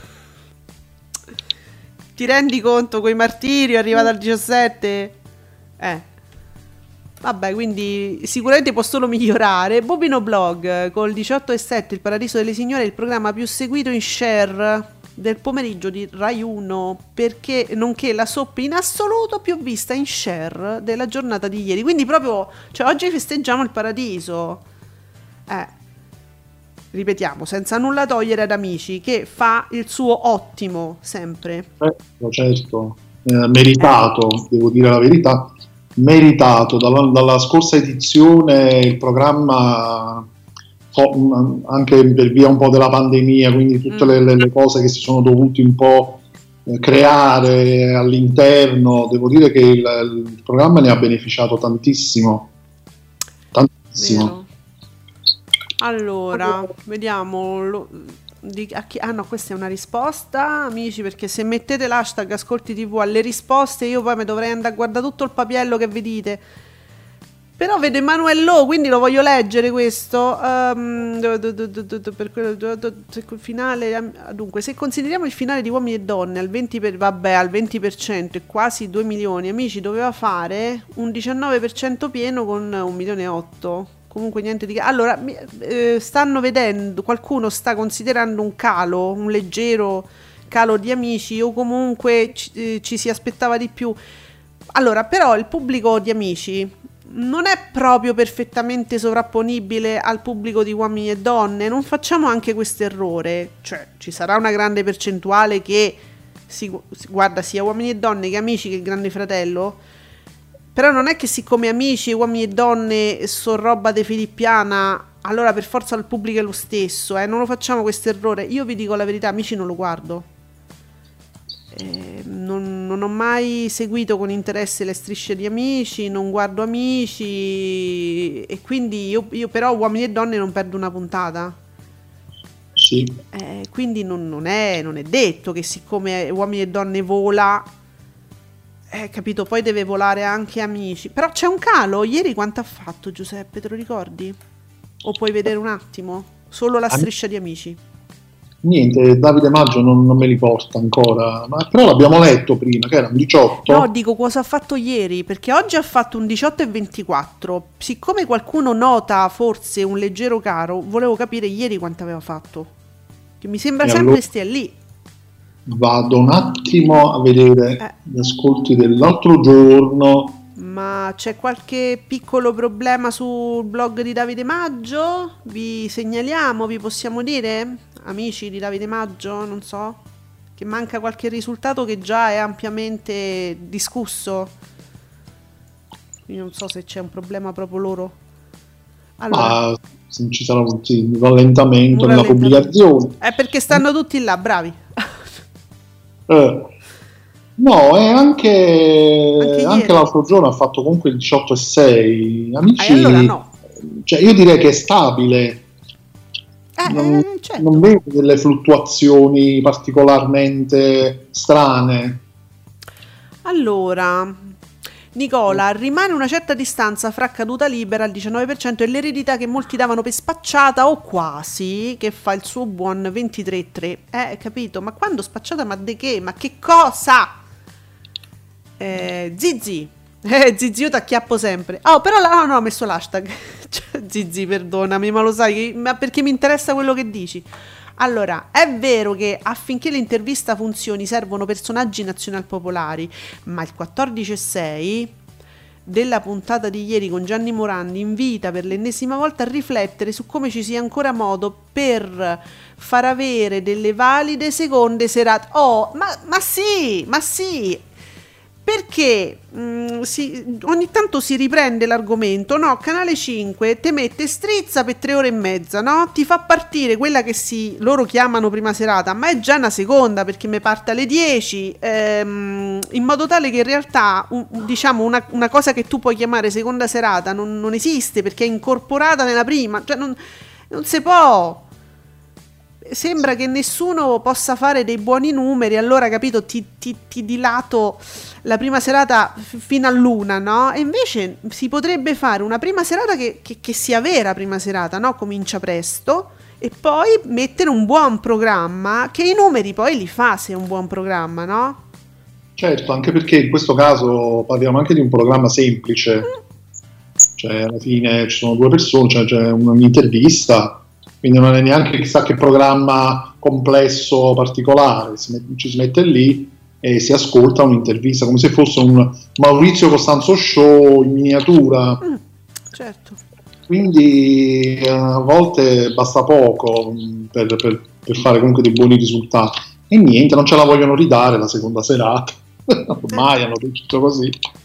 Ti rendi conto, coi Martirio è arrivato al diciassette? Eh. Vabbè, quindi sicuramente può solo migliorare. Bobino Blog col diciotto e sette, il Paradiso delle Signore è il programma più seguito in share del pomeriggio di Rai uno, perché nonché la soap in assoluto più vista in share della giornata di ieri. Quindi proprio, cioè oggi festeggiamo il Paradiso. Eh. Ripetiamo, senza nulla togliere ad Amici, che fa il suo ottimo sempre. Certo, certo. Eh, meritato, eh. devo dire la verità, meritato. Dalla, dalla scorsa edizione il programma, anche per via un po' della pandemia, quindi tutte mm. le, le cose che si sono dovuti un po' creare all'interno, devo dire che il, il programma ne ha beneficiato tantissimo. Tantissimo. Vero. Allora, vediamo lo, di, a chi, ah no, questa è una risposta, amici, perché se mettete l'hashtag Ascolti tivù alle risposte io poi mi dovrei andare a guardare tutto il papiello che vi dite. Però vedo Emanuele Lo, quindi lo voglio leggere questo. Um, per il finale, dunque, se consideriamo il finale di Uomini e Donne al venti per, vabbè, al venti per cento e quasi due milioni, Amici doveva fare un diciannove per cento pieno con un milione e otto. Comunque niente di... Allora, eh, stanno vedendo, qualcuno sta considerando un calo, un leggero calo di Amici, o comunque ci, eh, ci si aspettava di più. Allora, però il pubblico di Amici non è proprio perfettamente sovrapponibile al pubblico di Uomini e Donne. Non facciamo anche questo errore. Cioè, ci sarà una grande percentuale che si, si guarda sia Uomini e Donne che Amici che il Grande Fratello. Però non è che siccome Amici, Uomini e Donne sono roba de filippiana, allora per forza il pubblico è lo stesso, eh? Non lo facciamo questo errore. Io vi dico la verità, Amici non lo guardo. Eh, non, non ho mai seguito con interesse le strisce di Amici, non guardo Amici, e quindi io, io però Uomini e Donne non perdo una puntata. Sì. Eh, quindi non, non, è, non è detto che siccome Uomini e Donne vola... Eh, capito, poi deve volare anche Amici. Però c'è un calo. Ieri quanto ha fatto, Giuseppe, te lo ricordi? O puoi vedere un attimo? Solo la striscia di Amici. Niente, Davide Maggio non, non me li porta ancora. Ma però l'abbiamo letto prima, che era un diciotto. No, dico cosa ha fatto ieri, perché oggi ha fatto un diciotto e ventiquattro. Siccome qualcuno nota forse un leggero caro, volevo capire ieri quanto aveva fatto. Che mi sembra e sempre allora... stia lì. Vado un attimo a vedere eh. gli ascolti dell'altro giorno. Ma c'è qualche piccolo problema sul blog di Davide Maggio? Vi segnaliamo, vi possiamo dire, amici di Davide Maggio, non so, che manca qualche risultato che già è ampiamente discusso. Quindi non so se c'è un problema proprio loro. Allora, ma ci sarà un, sì, un rallentamento un nella rallentamento. pubblicazione. È perché stanno tutti là, bravi. Eh. No, e anche, Anche anche ieri. l'altro giorno ha fatto comunque il diciotto e sei. Amici, Ah, e allora no. cioè, io direi che è stabile. Eh, Non, eh, certo. non vedo delle fluttuazioni particolarmente strane. Allora, Nicola, rimane una certa distanza fra caduta libera al diciannove per cento e l'eredità che molti davano per spacciata o quasi, che fa il suo buon ventitré virgola tre. Eh, capito? Ma quando spacciata? Ma de che? Ma che cosa? Eh, Zizi. Eh, Zizi, io t'acchiappo sempre. Oh, però la, no, no, ho messo l'hashtag. Cioè, Zizi, perdonami, ma lo sai, che, ma perché mi interessa quello che dici. Allora, è vero che affinché l'intervista funzioni servono personaggi nazionalpopolari, ma il quattordici e sei della puntata di ieri con Gianni Morandi invita per l'ennesima volta a riflettere su come ci sia ancora modo per far avere delle valide seconde serate. Oh, ma, ma sì, ma sì! Perché mh, si, ogni tanto si riprende l'argomento, no? Canale cinque te mette strizza per tre ore e mezza, no? Ti fa partire quella che si, loro chiamano prima serata, ma è già una seconda perché mi parte alle dieci, ehm, in modo tale che in realtà un, diciamo una, una cosa che tu puoi chiamare seconda serata non, non esiste perché è incorporata nella prima, cioè non, non si può. Sembra che nessuno possa fare dei buoni numeri, allora capito ti, ti, ti dilato la prima serata f- fino all'una, no? E invece si potrebbe fare una prima serata che, che, che sia vera prima serata, no? Comincia presto e poi mettere un buon programma che i numeri poi li fa se è un buon programma, no? Certo, anche perché in questo caso parliamo anche di un programma semplice, mm. Cioè alla fine ci sono due persone, cioè c'è un'intervista. Quindi non è neanche chissà che programma complesso particolare, si met- ci si mette lì e si ascolta un'intervista come se fosse un Maurizio Costanzo Show in miniatura. Mm, certo. Quindi eh, a volte basta poco mh, per, per, per fare comunque dei buoni risultati. E niente, non ce la vogliono ridare la seconda serata. Ormai hanno detto così.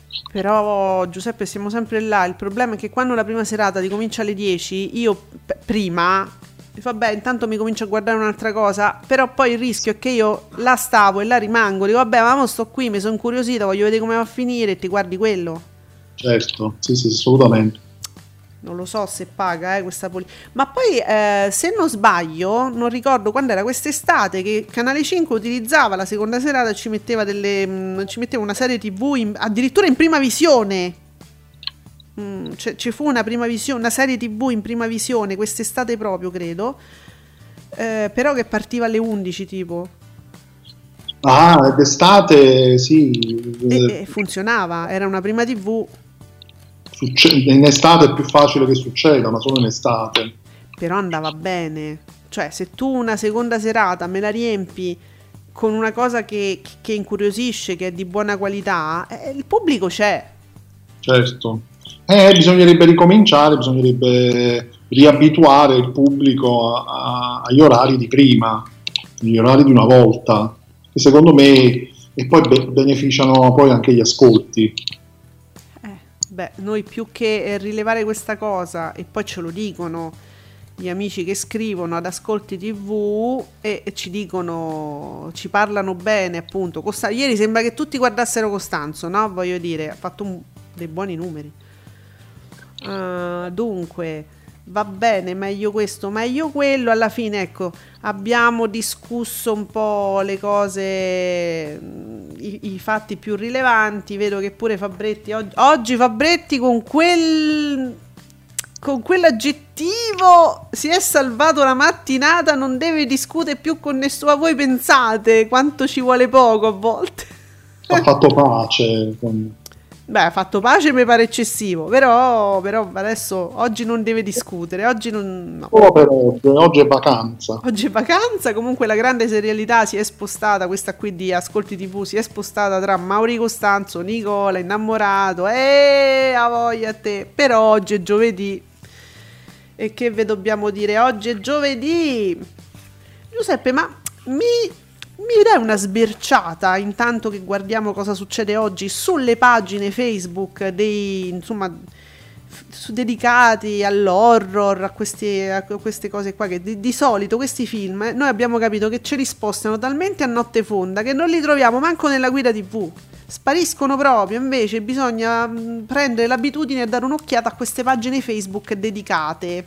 Però Giuseppe siamo sempre là, il problema è che quando la prima serata ti comincia alle dieci, io p- prima, vabbè intanto mi comincio a guardare un'altra cosa, però poi il rischio è che io là stavo e là rimango, dico vabbè ma mo sto qui, mi sono incuriosita, voglio vedere come va a finire e ti guardi quello. Certo, sì sì assolutamente. Non lo so se paga eh, questa politica. Ma poi eh, se non sbaglio, non ricordo quando era quest'estate che Canale cinque utilizzava la seconda serata e ci metteva delle mh, ci metteva una serie tivù in, addirittura in prima visione. Mm, c- ci fu una prima visione, una serie tivù in prima visione quest'estate proprio, credo. Eh, però che partiva alle undici tipo. Ah, d'estate sì. E, e funzionava, era una prima tivù. In estate è più facile che succeda, ma solo in estate. Però andava bene. Cioè, se tu una seconda serata me la riempi con una cosa che, che incuriosisce, che è di buona qualità, eh, il pubblico c'è. Certo. Eh, bisognerebbe ricominciare, bisognerebbe riabituare il pubblico a, a, agli orari di prima, gli orari di una volta, che secondo me e poi be- beneficiano poi anche gli ascolti. Beh, noi più che rilevare questa cosa, e poi ce lo dicono gli amici che scrivono ad Ascolti tivù e, e ci dicono, ci parlano bene appunto. Costa- ieri sembra che tutti guardassero Costanzo, no? Voglio dire, ha fatto un, dei buoni numeri. Uh, dunque, va bene, meglio questo, meglio quello. Alla fine, ecco, abbiamo discusso un po' le cose, i, i fatti più rilevanti. Vedo che pure Fabretti oggi, oggi Fabretti con quel con quell'aggettivo si è salvato la mattinata, non deve discutere più con nessuno. Voi pensate quanto ci vuole poco a volte? Ha fatto pace con... Beh, ha fatto pace mi pare eccessivo, però, però adesso oggi non deve discutere, oggi non... No. Oh, per oggi, oggi è vacanza. Oggi è vacanza, comunque la grande serialità si è spostata, questa qui di Ascolti tivù, si è spostata tra Mauri Costanzo, Nicola, innamorato, e a voglia a te, però oggi è giovedì, e che ve dobbiamo dire, oggi è giovedì. Giuseppe, ma mi... mi dai una sbirciata intanto che guardiamo cosa succede oggi sulle pagine Facebook dei, insomma, f- dedicati all'horror, a, questi, a queste cose qua, che di, di solito questi film eh, noi abbiamo capito che ce li spostano talmente a notte fonda che non li troviamo manco nella guida tivù, spariscono proprio. Invece bisogna mh, prendere l'abitudine e dare un'occhiata a queste pagine Facebook dedicate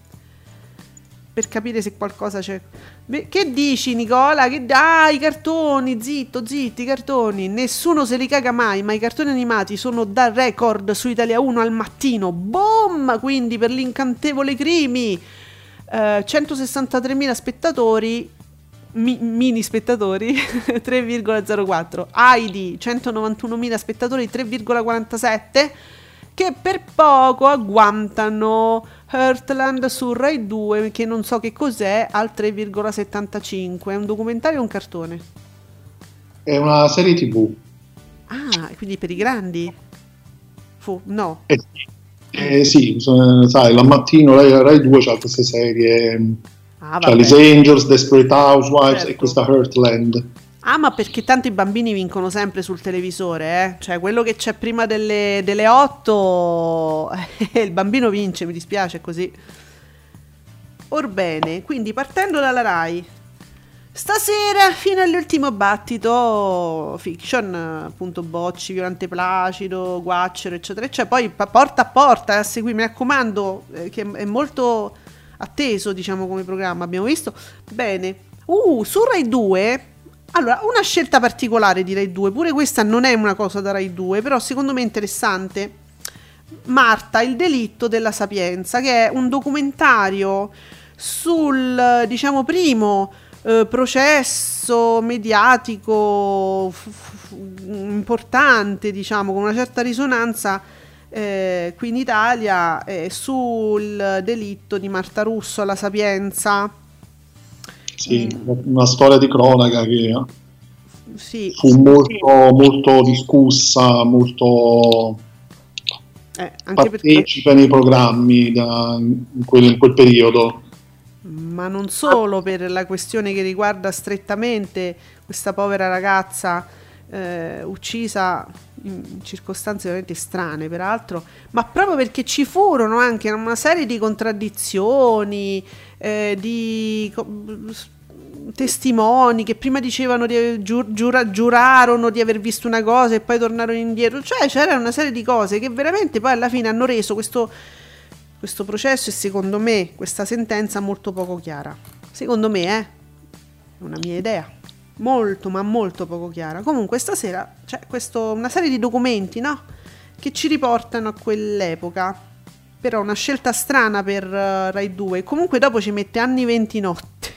per capire se qualcosa c'è. Beh, che dici, Nicola? Che ah, i cartoni, zitto, zitti, i cartoni. Nessuno se li caga mai, ma i cartoni animati sono da record su Italia uno al mattino. Boom! Quindi per l'incantevole Crimi, eh, centosessantatremila spettatori, mi, mini spettatori, tre virgola zero quattro. Heidi, centonovantunomila spettatori, tre virgola quarantasette. Che per poco agguantano Heartland su Rai due, che non so che cos'è, al tre virgola settantacinque. È un documentario o un cartone? È una serie tivù. Ah, quindi per i grandi? Fu, no. Eh, eh, sì, sai, la mattino Rai, Rai due c'ha queste serie, ah, c'ha Alice Angels, Desperate Housewives, certo, e questa Heartland. Ah, ma perché tanto i bambini vincono sempre sul televisore, eh? Cioè quello che c'è prima delle, delle otto, eh, il bambino vince, mi dispiace, è così. Orbene, quindi partendo dalla Rai, stasera fino all'ultimo battito, fiction, appunto, Bocci, Violante Placido, Guaccero, eccetera, eccetera. Poi porta a porta a seguire, mi raccomando, eh, che è molto atteso, diciamo, come programma, abbiamo visto. Bene, uh, su Rai due... Allora, una scelta particolare di Rai due, pure questa non è una cosa da Rai due, però secondo me è interessante. Marta, il delitto della sapienza, che è un documentario sul, diciamo, primo eh, processo mediatico f- f- importante, diciamo, con una certa risonanza eh, qui in Italia, eh, sul delitto di Marta Russo alla Sapienza. Sì, una storia di cronaca che sì, fu sì, molto, sì. molto discussa, molto eh, anche partecipa perché... nei programmi da, in, quel, in quel periodo. Ma non solo per la questione che riguarda strettamente questa povera ragazza eh, uccisa in circostanze veramente strane, peraltro, ma proprio perché ci furono anche una serie di contraddizioni, eh, di co- testimoni che prima dicevano di giur- giura- giurarono di aver visto una cosa e poi tornarono indietro, cioè c'era una serie di cose che veramente poi alla fine hanno reso questo, questo processo e secondo me questa sentenza molto poco chiara. Secondo me, eh, è una mia idea. Molto ma molto poco chiara. Comunque stasera c'è questo, una serie di documenti, no? Che ci riportano a quell'epoca. Però una scelta strana per uh, Rai due. Comunque dopo ci mette anni venti notte.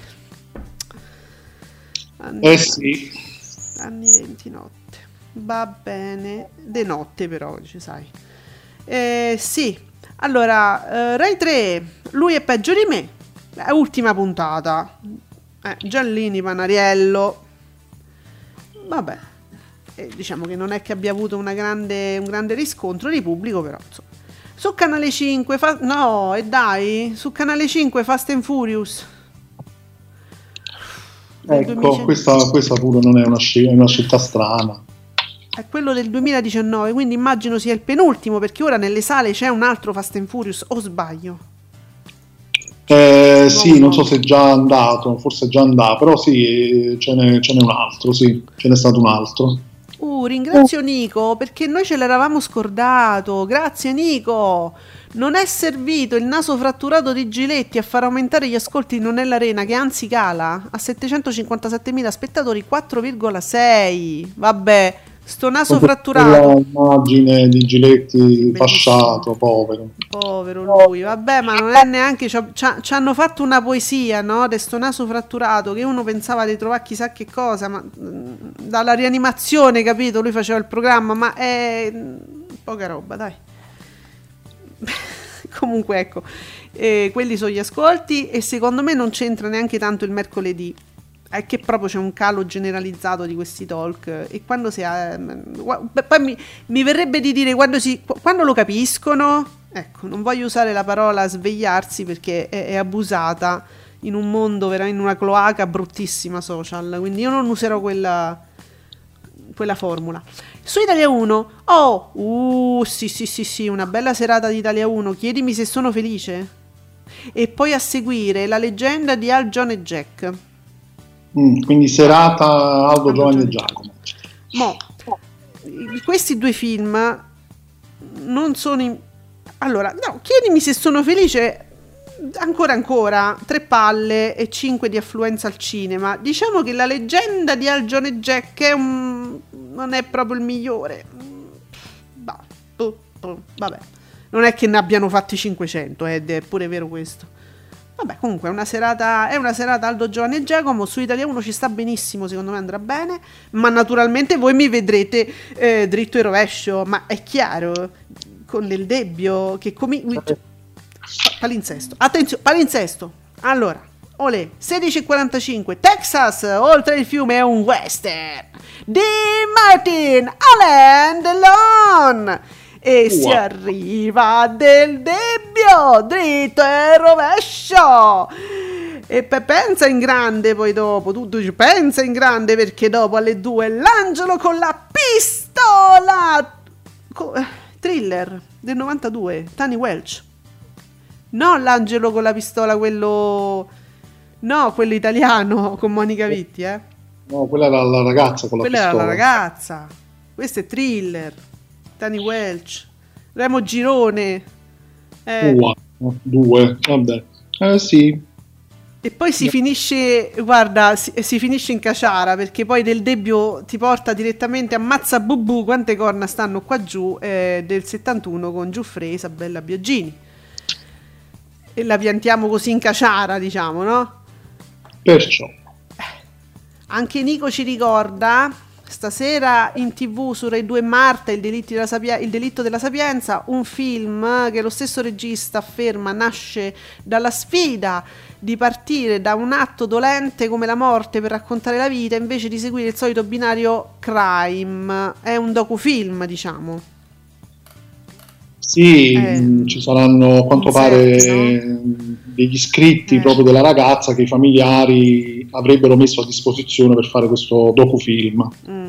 Anni eh sì. Anni venti notte. Va bene. De notte però, ci sai. Eh, sì. Allora, uh, Rai tre, lui è peggio di me. È ultima puntata. Eh, Giallini, Panariello. Vabbè, eh, diciamo che non è che abbia avuto una grande, un grande riscontro di pubblico, però insomma. Su Canale cinque, fa- no, e dai, su Canale cinque Fast and Furious. Ecco, duemila questa, questa pure non è una, scel- una scelta strana. È quello del duemiladiciannove, quindi immagino sia il penultimo, perché ora nelle sale c'è un altro Fast and Furious, o sbaglio? Eh, sì, non so se è già andato, forse è già andato, però sì, ce n'è, ce n'è un altro, sì, ce n'è stato un altro. Uh, ringrazio Nico, perché noi ce l'eravamo scordato, grazie Nico. Non è servito il naso fratturato di Giletti a far aumentare gli ascolti di Non è l'Arena, che anzi cala a settecentocinquantasettemila spettatori, quattro virgola sei. Vabbè, sto naso Proprio fratturato. L'immagine di Giletti fasciato, povero. Povero lui, vabbè, ma non è neanche. Ci hanno fatto una poesia, no? De sto naso fratturato, che uno pensava di trovare chissà che cosa, ma mh, dalla rianimazione, capito? Lui faceva il programma, ma è poca roba, dai. Comunque ecco, eh, quelli sono gli ascolti e secondo me non c'entra neanche tanto il mercoledì, è che proprio c'è un calo generalizzato di questi talk e quando si ha, poi mi, mi verrebbe di dire quando, si, quando lo capiscono, ecco, non voglio usare la parola svegliarsi perché è, è abusata in un mondo veramente, in una cloaca bruttissima social, quindi io non userò quella quella formula. Su Italia uno, oh, uh, sì sì sì sì, una bella serata di Italia uno, chiedimi se sono felice. E poi a seguire La leggenda di Al, John e Jack. Mm, quindi serata Aldo, Giovanni e Giacomo. Mo, questi due film non sono in... Allora, no, chiedimi se sono felice. Ancora ancora, tre palle e cinque di affluenza al cinema. Diciamo che La leggenda di Al, John e Jack è un... non è proprio il migliore. Bah, buh, buh, vabbè, non è che ne abbiano fatti cinquecento, ed è pure vero questo. Vabbè, comunque è una serata, è una serata Aldo, Giovanni e Giacomo. Su Italia uno ci sta benissimo, secondo me andrà bene, ma naturalmente voi mi vedrete eh, dritto e rovescio, ma è chiaro, con Del Debbio che come... Palinsesto, attenzione, palinsesto. Allora, olè, sedici e quarantacinque, Texas, oltre il fiume è un western di Martin Alain Delon e wow. Si arriva a Del Debbio, dritto e rovescio. E pe- pensa in grande poi dopo, tu dici pensa in grande perché dopo alle due l'angelo con la pistola. Co- thriller del novantadue, Tani Welch. No, l'angelo con la pistola, quello... No, quello italiano con Monica Vitti, eh. No, quella era la ragazza con la quella pistola. Quella era la ragazza. Questo è Thriller. Tani Welch. Remo Girone. Eh. Uh, due, vabbè. Eh sì. E poi si finisce, guarda, si, si finisce in caciara, perché poi Del Debbio ti porta direttamente a Mazza Bubù, quante corna stanno qua giù, eh, del settantuno con Giuffre e Isabella Biagini. E la piantiamo così in caciara, diciamo, no? Perciò. Anche Nico ci ricorda stasera in tv su Rai due Marta il, della Sapia- il delitto della sapienza, un film che lo stesso regista afferma nasce dalla sfida di partire da un atto dolente come la morte per raccontare la vita invece di seguire il solito binario crime. È un docufilm, diciamo. Sì, eh, ci saranno a quanto pare certo, no? degli scritti eh. proprio della ragazza che i familiari avrebbero messo a disposizione per fare questo docufilm. Mm.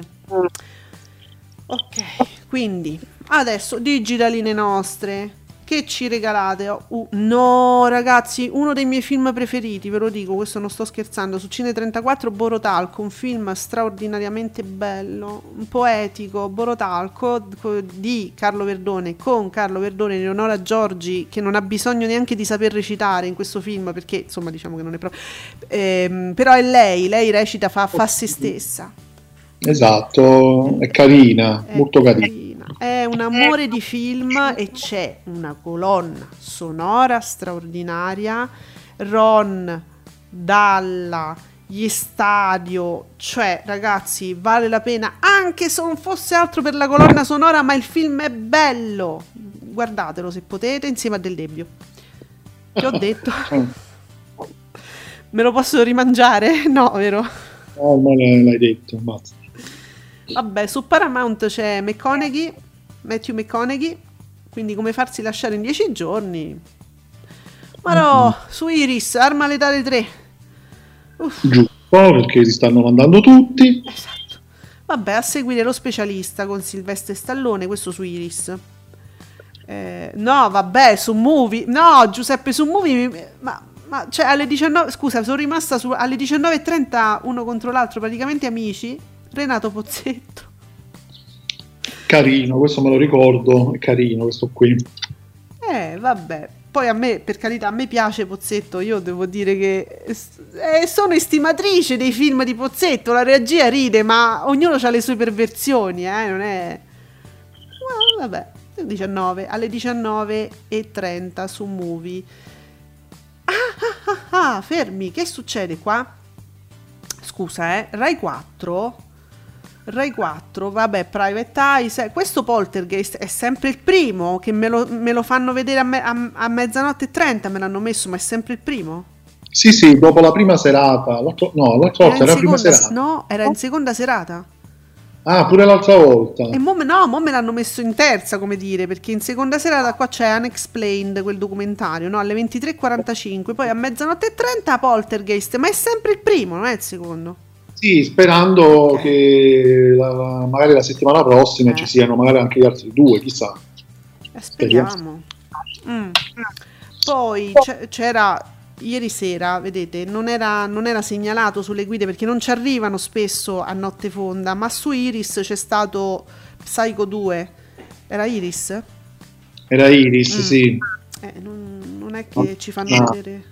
Ok, quindi adesso digitaline nostre, che ci regalate? Uh, no ragazzi, uno dei miei film preferiti, ve lo dico, questo non sto scherzando, su Cine trentaquattro Borotalco, un film straordinariamente bello, poetico, Borotalco di Carlo Verdone, con Carlo Verdone e Leonora Giorgi, che non ha bisogno neanche di saper recitare in questo film, perché insomma diciamo che non è proprio ehm, però è lei, lei recita, fa, fa se stessa. Esatto, è carina, è molto carina. carina. È un amore di film e c'è una colonna sonora straordinaria. Ron, Dalla, gli Stadio, cioè ragazzi vale la pena anche se non fosse altro per la colonna sonora, ma il film è bello, guardatelo se potete insieme a Del Debbio. Che ho detto? Me lo posso rimangiare? No, vero? No, ma l'hai detto, basta. Vabbè, su Paramount c'è McConaughey, Matthew McConaughey, quindi come farsi lasciare in dieci giorni. Ma no, mm-hmm. Su Iris, Arma letale tre. Uff. Giusto, perché si stanno mandando tutti. Esatto. Vabbè, a seguire Lo specialista con Silvestre Stallone, questo su Iris. Eh, no, vabbè, su Movie. No, Giuseppe, su Movie, ma... Ma cioè alle diciannove, scusa, sono rimasta su, alle diciannove e trenta uno contro l'altro, praticamente amici. Renato Pozzetto. Carino, questo me lo ricordo, è carino questo qui. Eh, vabbè. Poi a me, per carità, a me piace Pozzetto, io devo dire che eh, sono estimatrice dei film di Pozzetto, la regia ride, ma ognuno ha le sue perversioni, eh, non è... Well, vabbè, diciannove, alle diciannove e trenta su Movie. Ah, ah, ah, ah, fermi, che succede qua? Scusa, eh, Rai quattro Rai quattro, vabbè, Private Eye. Questo Poltergeist è sempre il primo, che me lo, me lo fanno vedere a, me, a, a mezzanotte e trenta, me l'hanno messo, ma è sempre il primo? Sì, sì, dopo la prima serata. L'altro, no, l'altra volta era la prima serata. No, era in seconda serata. Ah, pure l'altra volta. E mo, no, mo me l'hanno messo in terza, come dire, perché in seconda serata qua c'è Unexplained, quel documentario, no? Alle ventitré e quarantacinque, poi a mezzanotte e trenta Poltergeist, ma è sempre il primo, non è il secondo. Sì, sperando okay. che la, magari la settimana prossima eh. ci siano magari anche gli altri due, chissà. Eh, speriamo. Mm. Poi c'era ieri sera, vedete, non era, non era segnalato sulle guide perché non ci arrivano spesso a notte fonda, ma su Iris c'è stato Psycho due. Era Iris? Era Iris, mm. sì. Eh, non, non è che ci fanno no. vedere.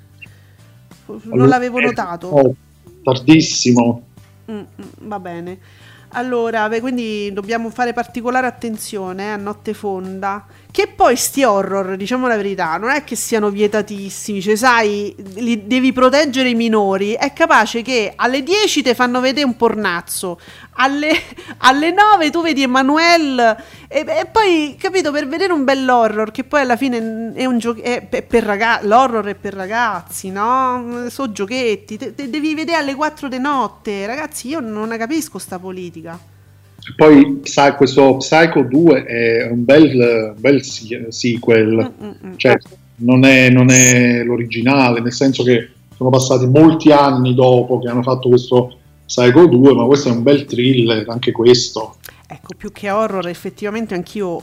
Non l'avevo notato. Oh, tardissimo. Mm, va bene. Allora, beh, quindi dobbiamo fare particolare attenzione eh, a notte fonda. Che poi sti horror, diciamo la verità, non è che siano vietatissimi, cioè sai, li devi proteggere i minori. È capace che alle dieci te fanno vedere un pornazzo, alle, alle nove tu vedi Emanuele e, e poi, capito, per vedere un bell'horror, che poi alla fine è un gioco, è per, per ragazzi, l'horror è per ragazzi, no? Sono giochetti, te, te devi vedere alle quattro di notte, ragazzi, io non ne capisco sta politica. Poi questo Psycho due è un bel, bel sequel, mm-mm. cioè non è, non è l'originale, nel senso che sono passati molti anni dopo che hanno fatto questo Psycho due, ma questo è un bel thriller, anche questo. Ecco, più che horror, effettivamente anch'io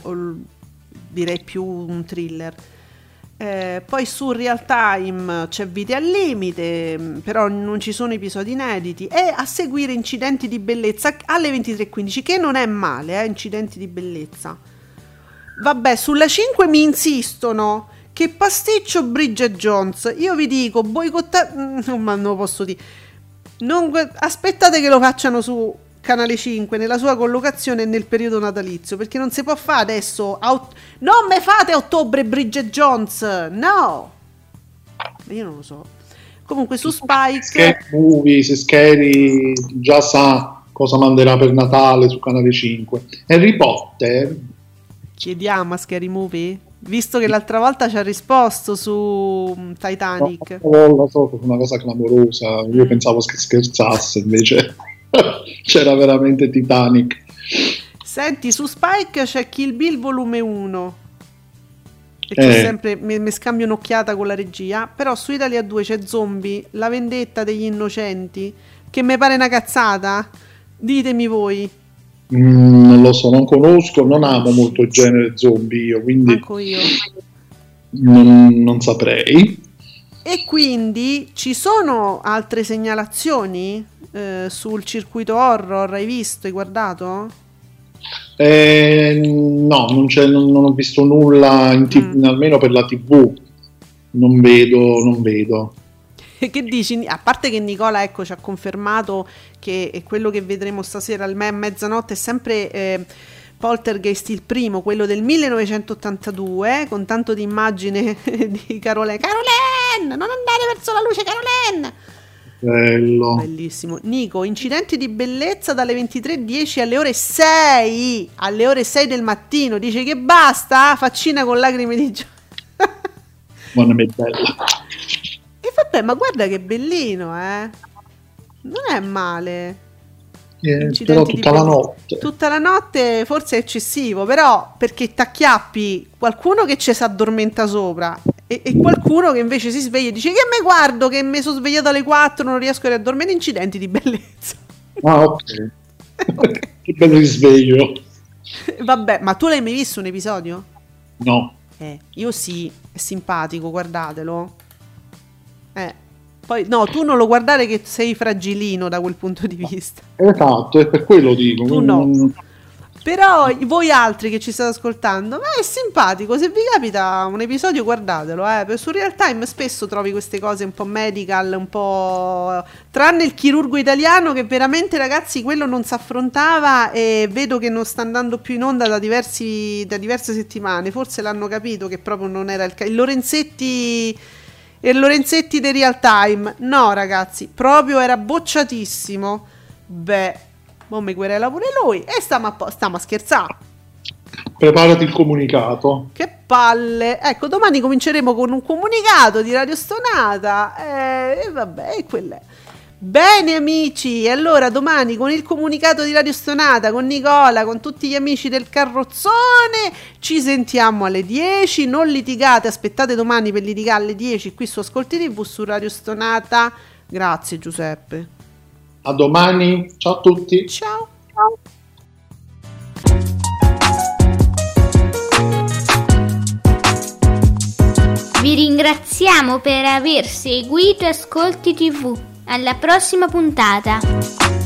direi più un thriller. Eh, poi su Real Time c'è Vite al limite, però non ci sono episodi inediti, e a seguire Incidenti di bellezza alle ventitré e quindici, che non è male, eh, Incidenti di bellezza. Vabbè, sulla cinque mi insistono che pasticcio Bridget Jones. Io vi dico, boicotta, no, ma non lo posso dire, non... aspettate che lo facciano su Canale cinque nella sua collocazione nel periodo natalizio, perché non si può fare adesso aut- non me fate a ottobre Bridget Jones, no, io non lo so. Comunque su Spike Scary Movie, se Scary già sa cosa manderà per Natale su Canale cinque. Harry Potter chiediamo a Scary Movie, visto che l'altra volta ci ha risposto su Titanic. No, lo so, una cosa clamorosa, io mm. pensavo che scherzasse, invece c'era veramente Titanic. Senti, su Spike c'è Kill Bill volume uno e c'è eh. sempre, mi, mi scambio un'occhiata con la regia, però su Italia due c'è Zombie, la vendetta degli innocenti, che mi pare una cazzata, ditemi voi. Mm, non lo so, non conosco, non amo molto il genere zombie io, quindi manco io. Non, non saprei. E quindi ci sono altre segnalazioni eh, sul circuito horror? Hai visto, hai guardato? Eh, no, non, c'è, non, non ho visto nulla in t- mm. almeno per la tivù. Non vedo, non vedo. Che dici? A parte che Nicola, ecco, ci ha confermato che è quello che vedremo stasera a mezzanotte è sempre eh, Poltergeist il primo, quello del millenovecentottantadue, con tanto di immagine di Carolyn. Carolyn, non andare verso la luce, Carolyn! Bello. Bellissimo. Nico, Incidenti di bellezza dalle ventitré e dieci alle ore sei, alle ore sei del mattino. Dice che basta, faccina con lacrime di gioia. Buona me bella. E vabbè, ma guarda che bellino, eh. Non è male. Eh, però tutta la notte. Tutta la notte forse è eccessivo, però perché t'acchiappi qualcuno che ci si addormenta sopra e, e qualcuno che invece si sveglia e dice che me guardo, che mi sono svegliato alle quattro, non riesco a riaddormentare. Incidenti di bellezza. Ah, ok. Okay. Che bello risveglio. Vabbè, ma tu l'hai mai visto un episodio? No. Eh, io sì, è simpatico, guardatelo. Eh, poi no, tu non lo guardare che sei fragilino da quel punto di vista. Esatto, è per quello dico. Tu no. Però voi altri che ci state ascoltando, ma è simpatico, se vi capita un episodio guardatelo, eh. Su Real Time spesso trovi queste cose un po' medical, un po'... tranne il chirurgo italiano che veramente, ragazzi, quello non si affrontava e vedo che non sta andando più in onda da diversi da diverse settimane, forse l'hanno capito che proprio non era il caso. Il Lorenzetti e il Lorenzetti di Real Time, no ragazzi, proprio era bocciatissimo. Beh, mo mi querela pure lui e stiamo a, po- stiamo a scherzare. Preparati il comunicato. Che palle. Ecco, domani cominceremo con un comunicato di Radio Stonata e eh, vabbè, quella è. Bene amici, allora domani con il comunicato di Radio Stonata, con Nicola, con tutti gli amici del carrozzone, ci sentiamo alle dieci, non litigate, aspettate domani per litigare alle dieci qui su Ascolti tivù su Radio Stonata. Grazie Giuseppe. A domani, ciao a tutti. Ciao. Ciao. Vi ringraziamo per aver seguito Ascolti tivù. Alla prossima puntata.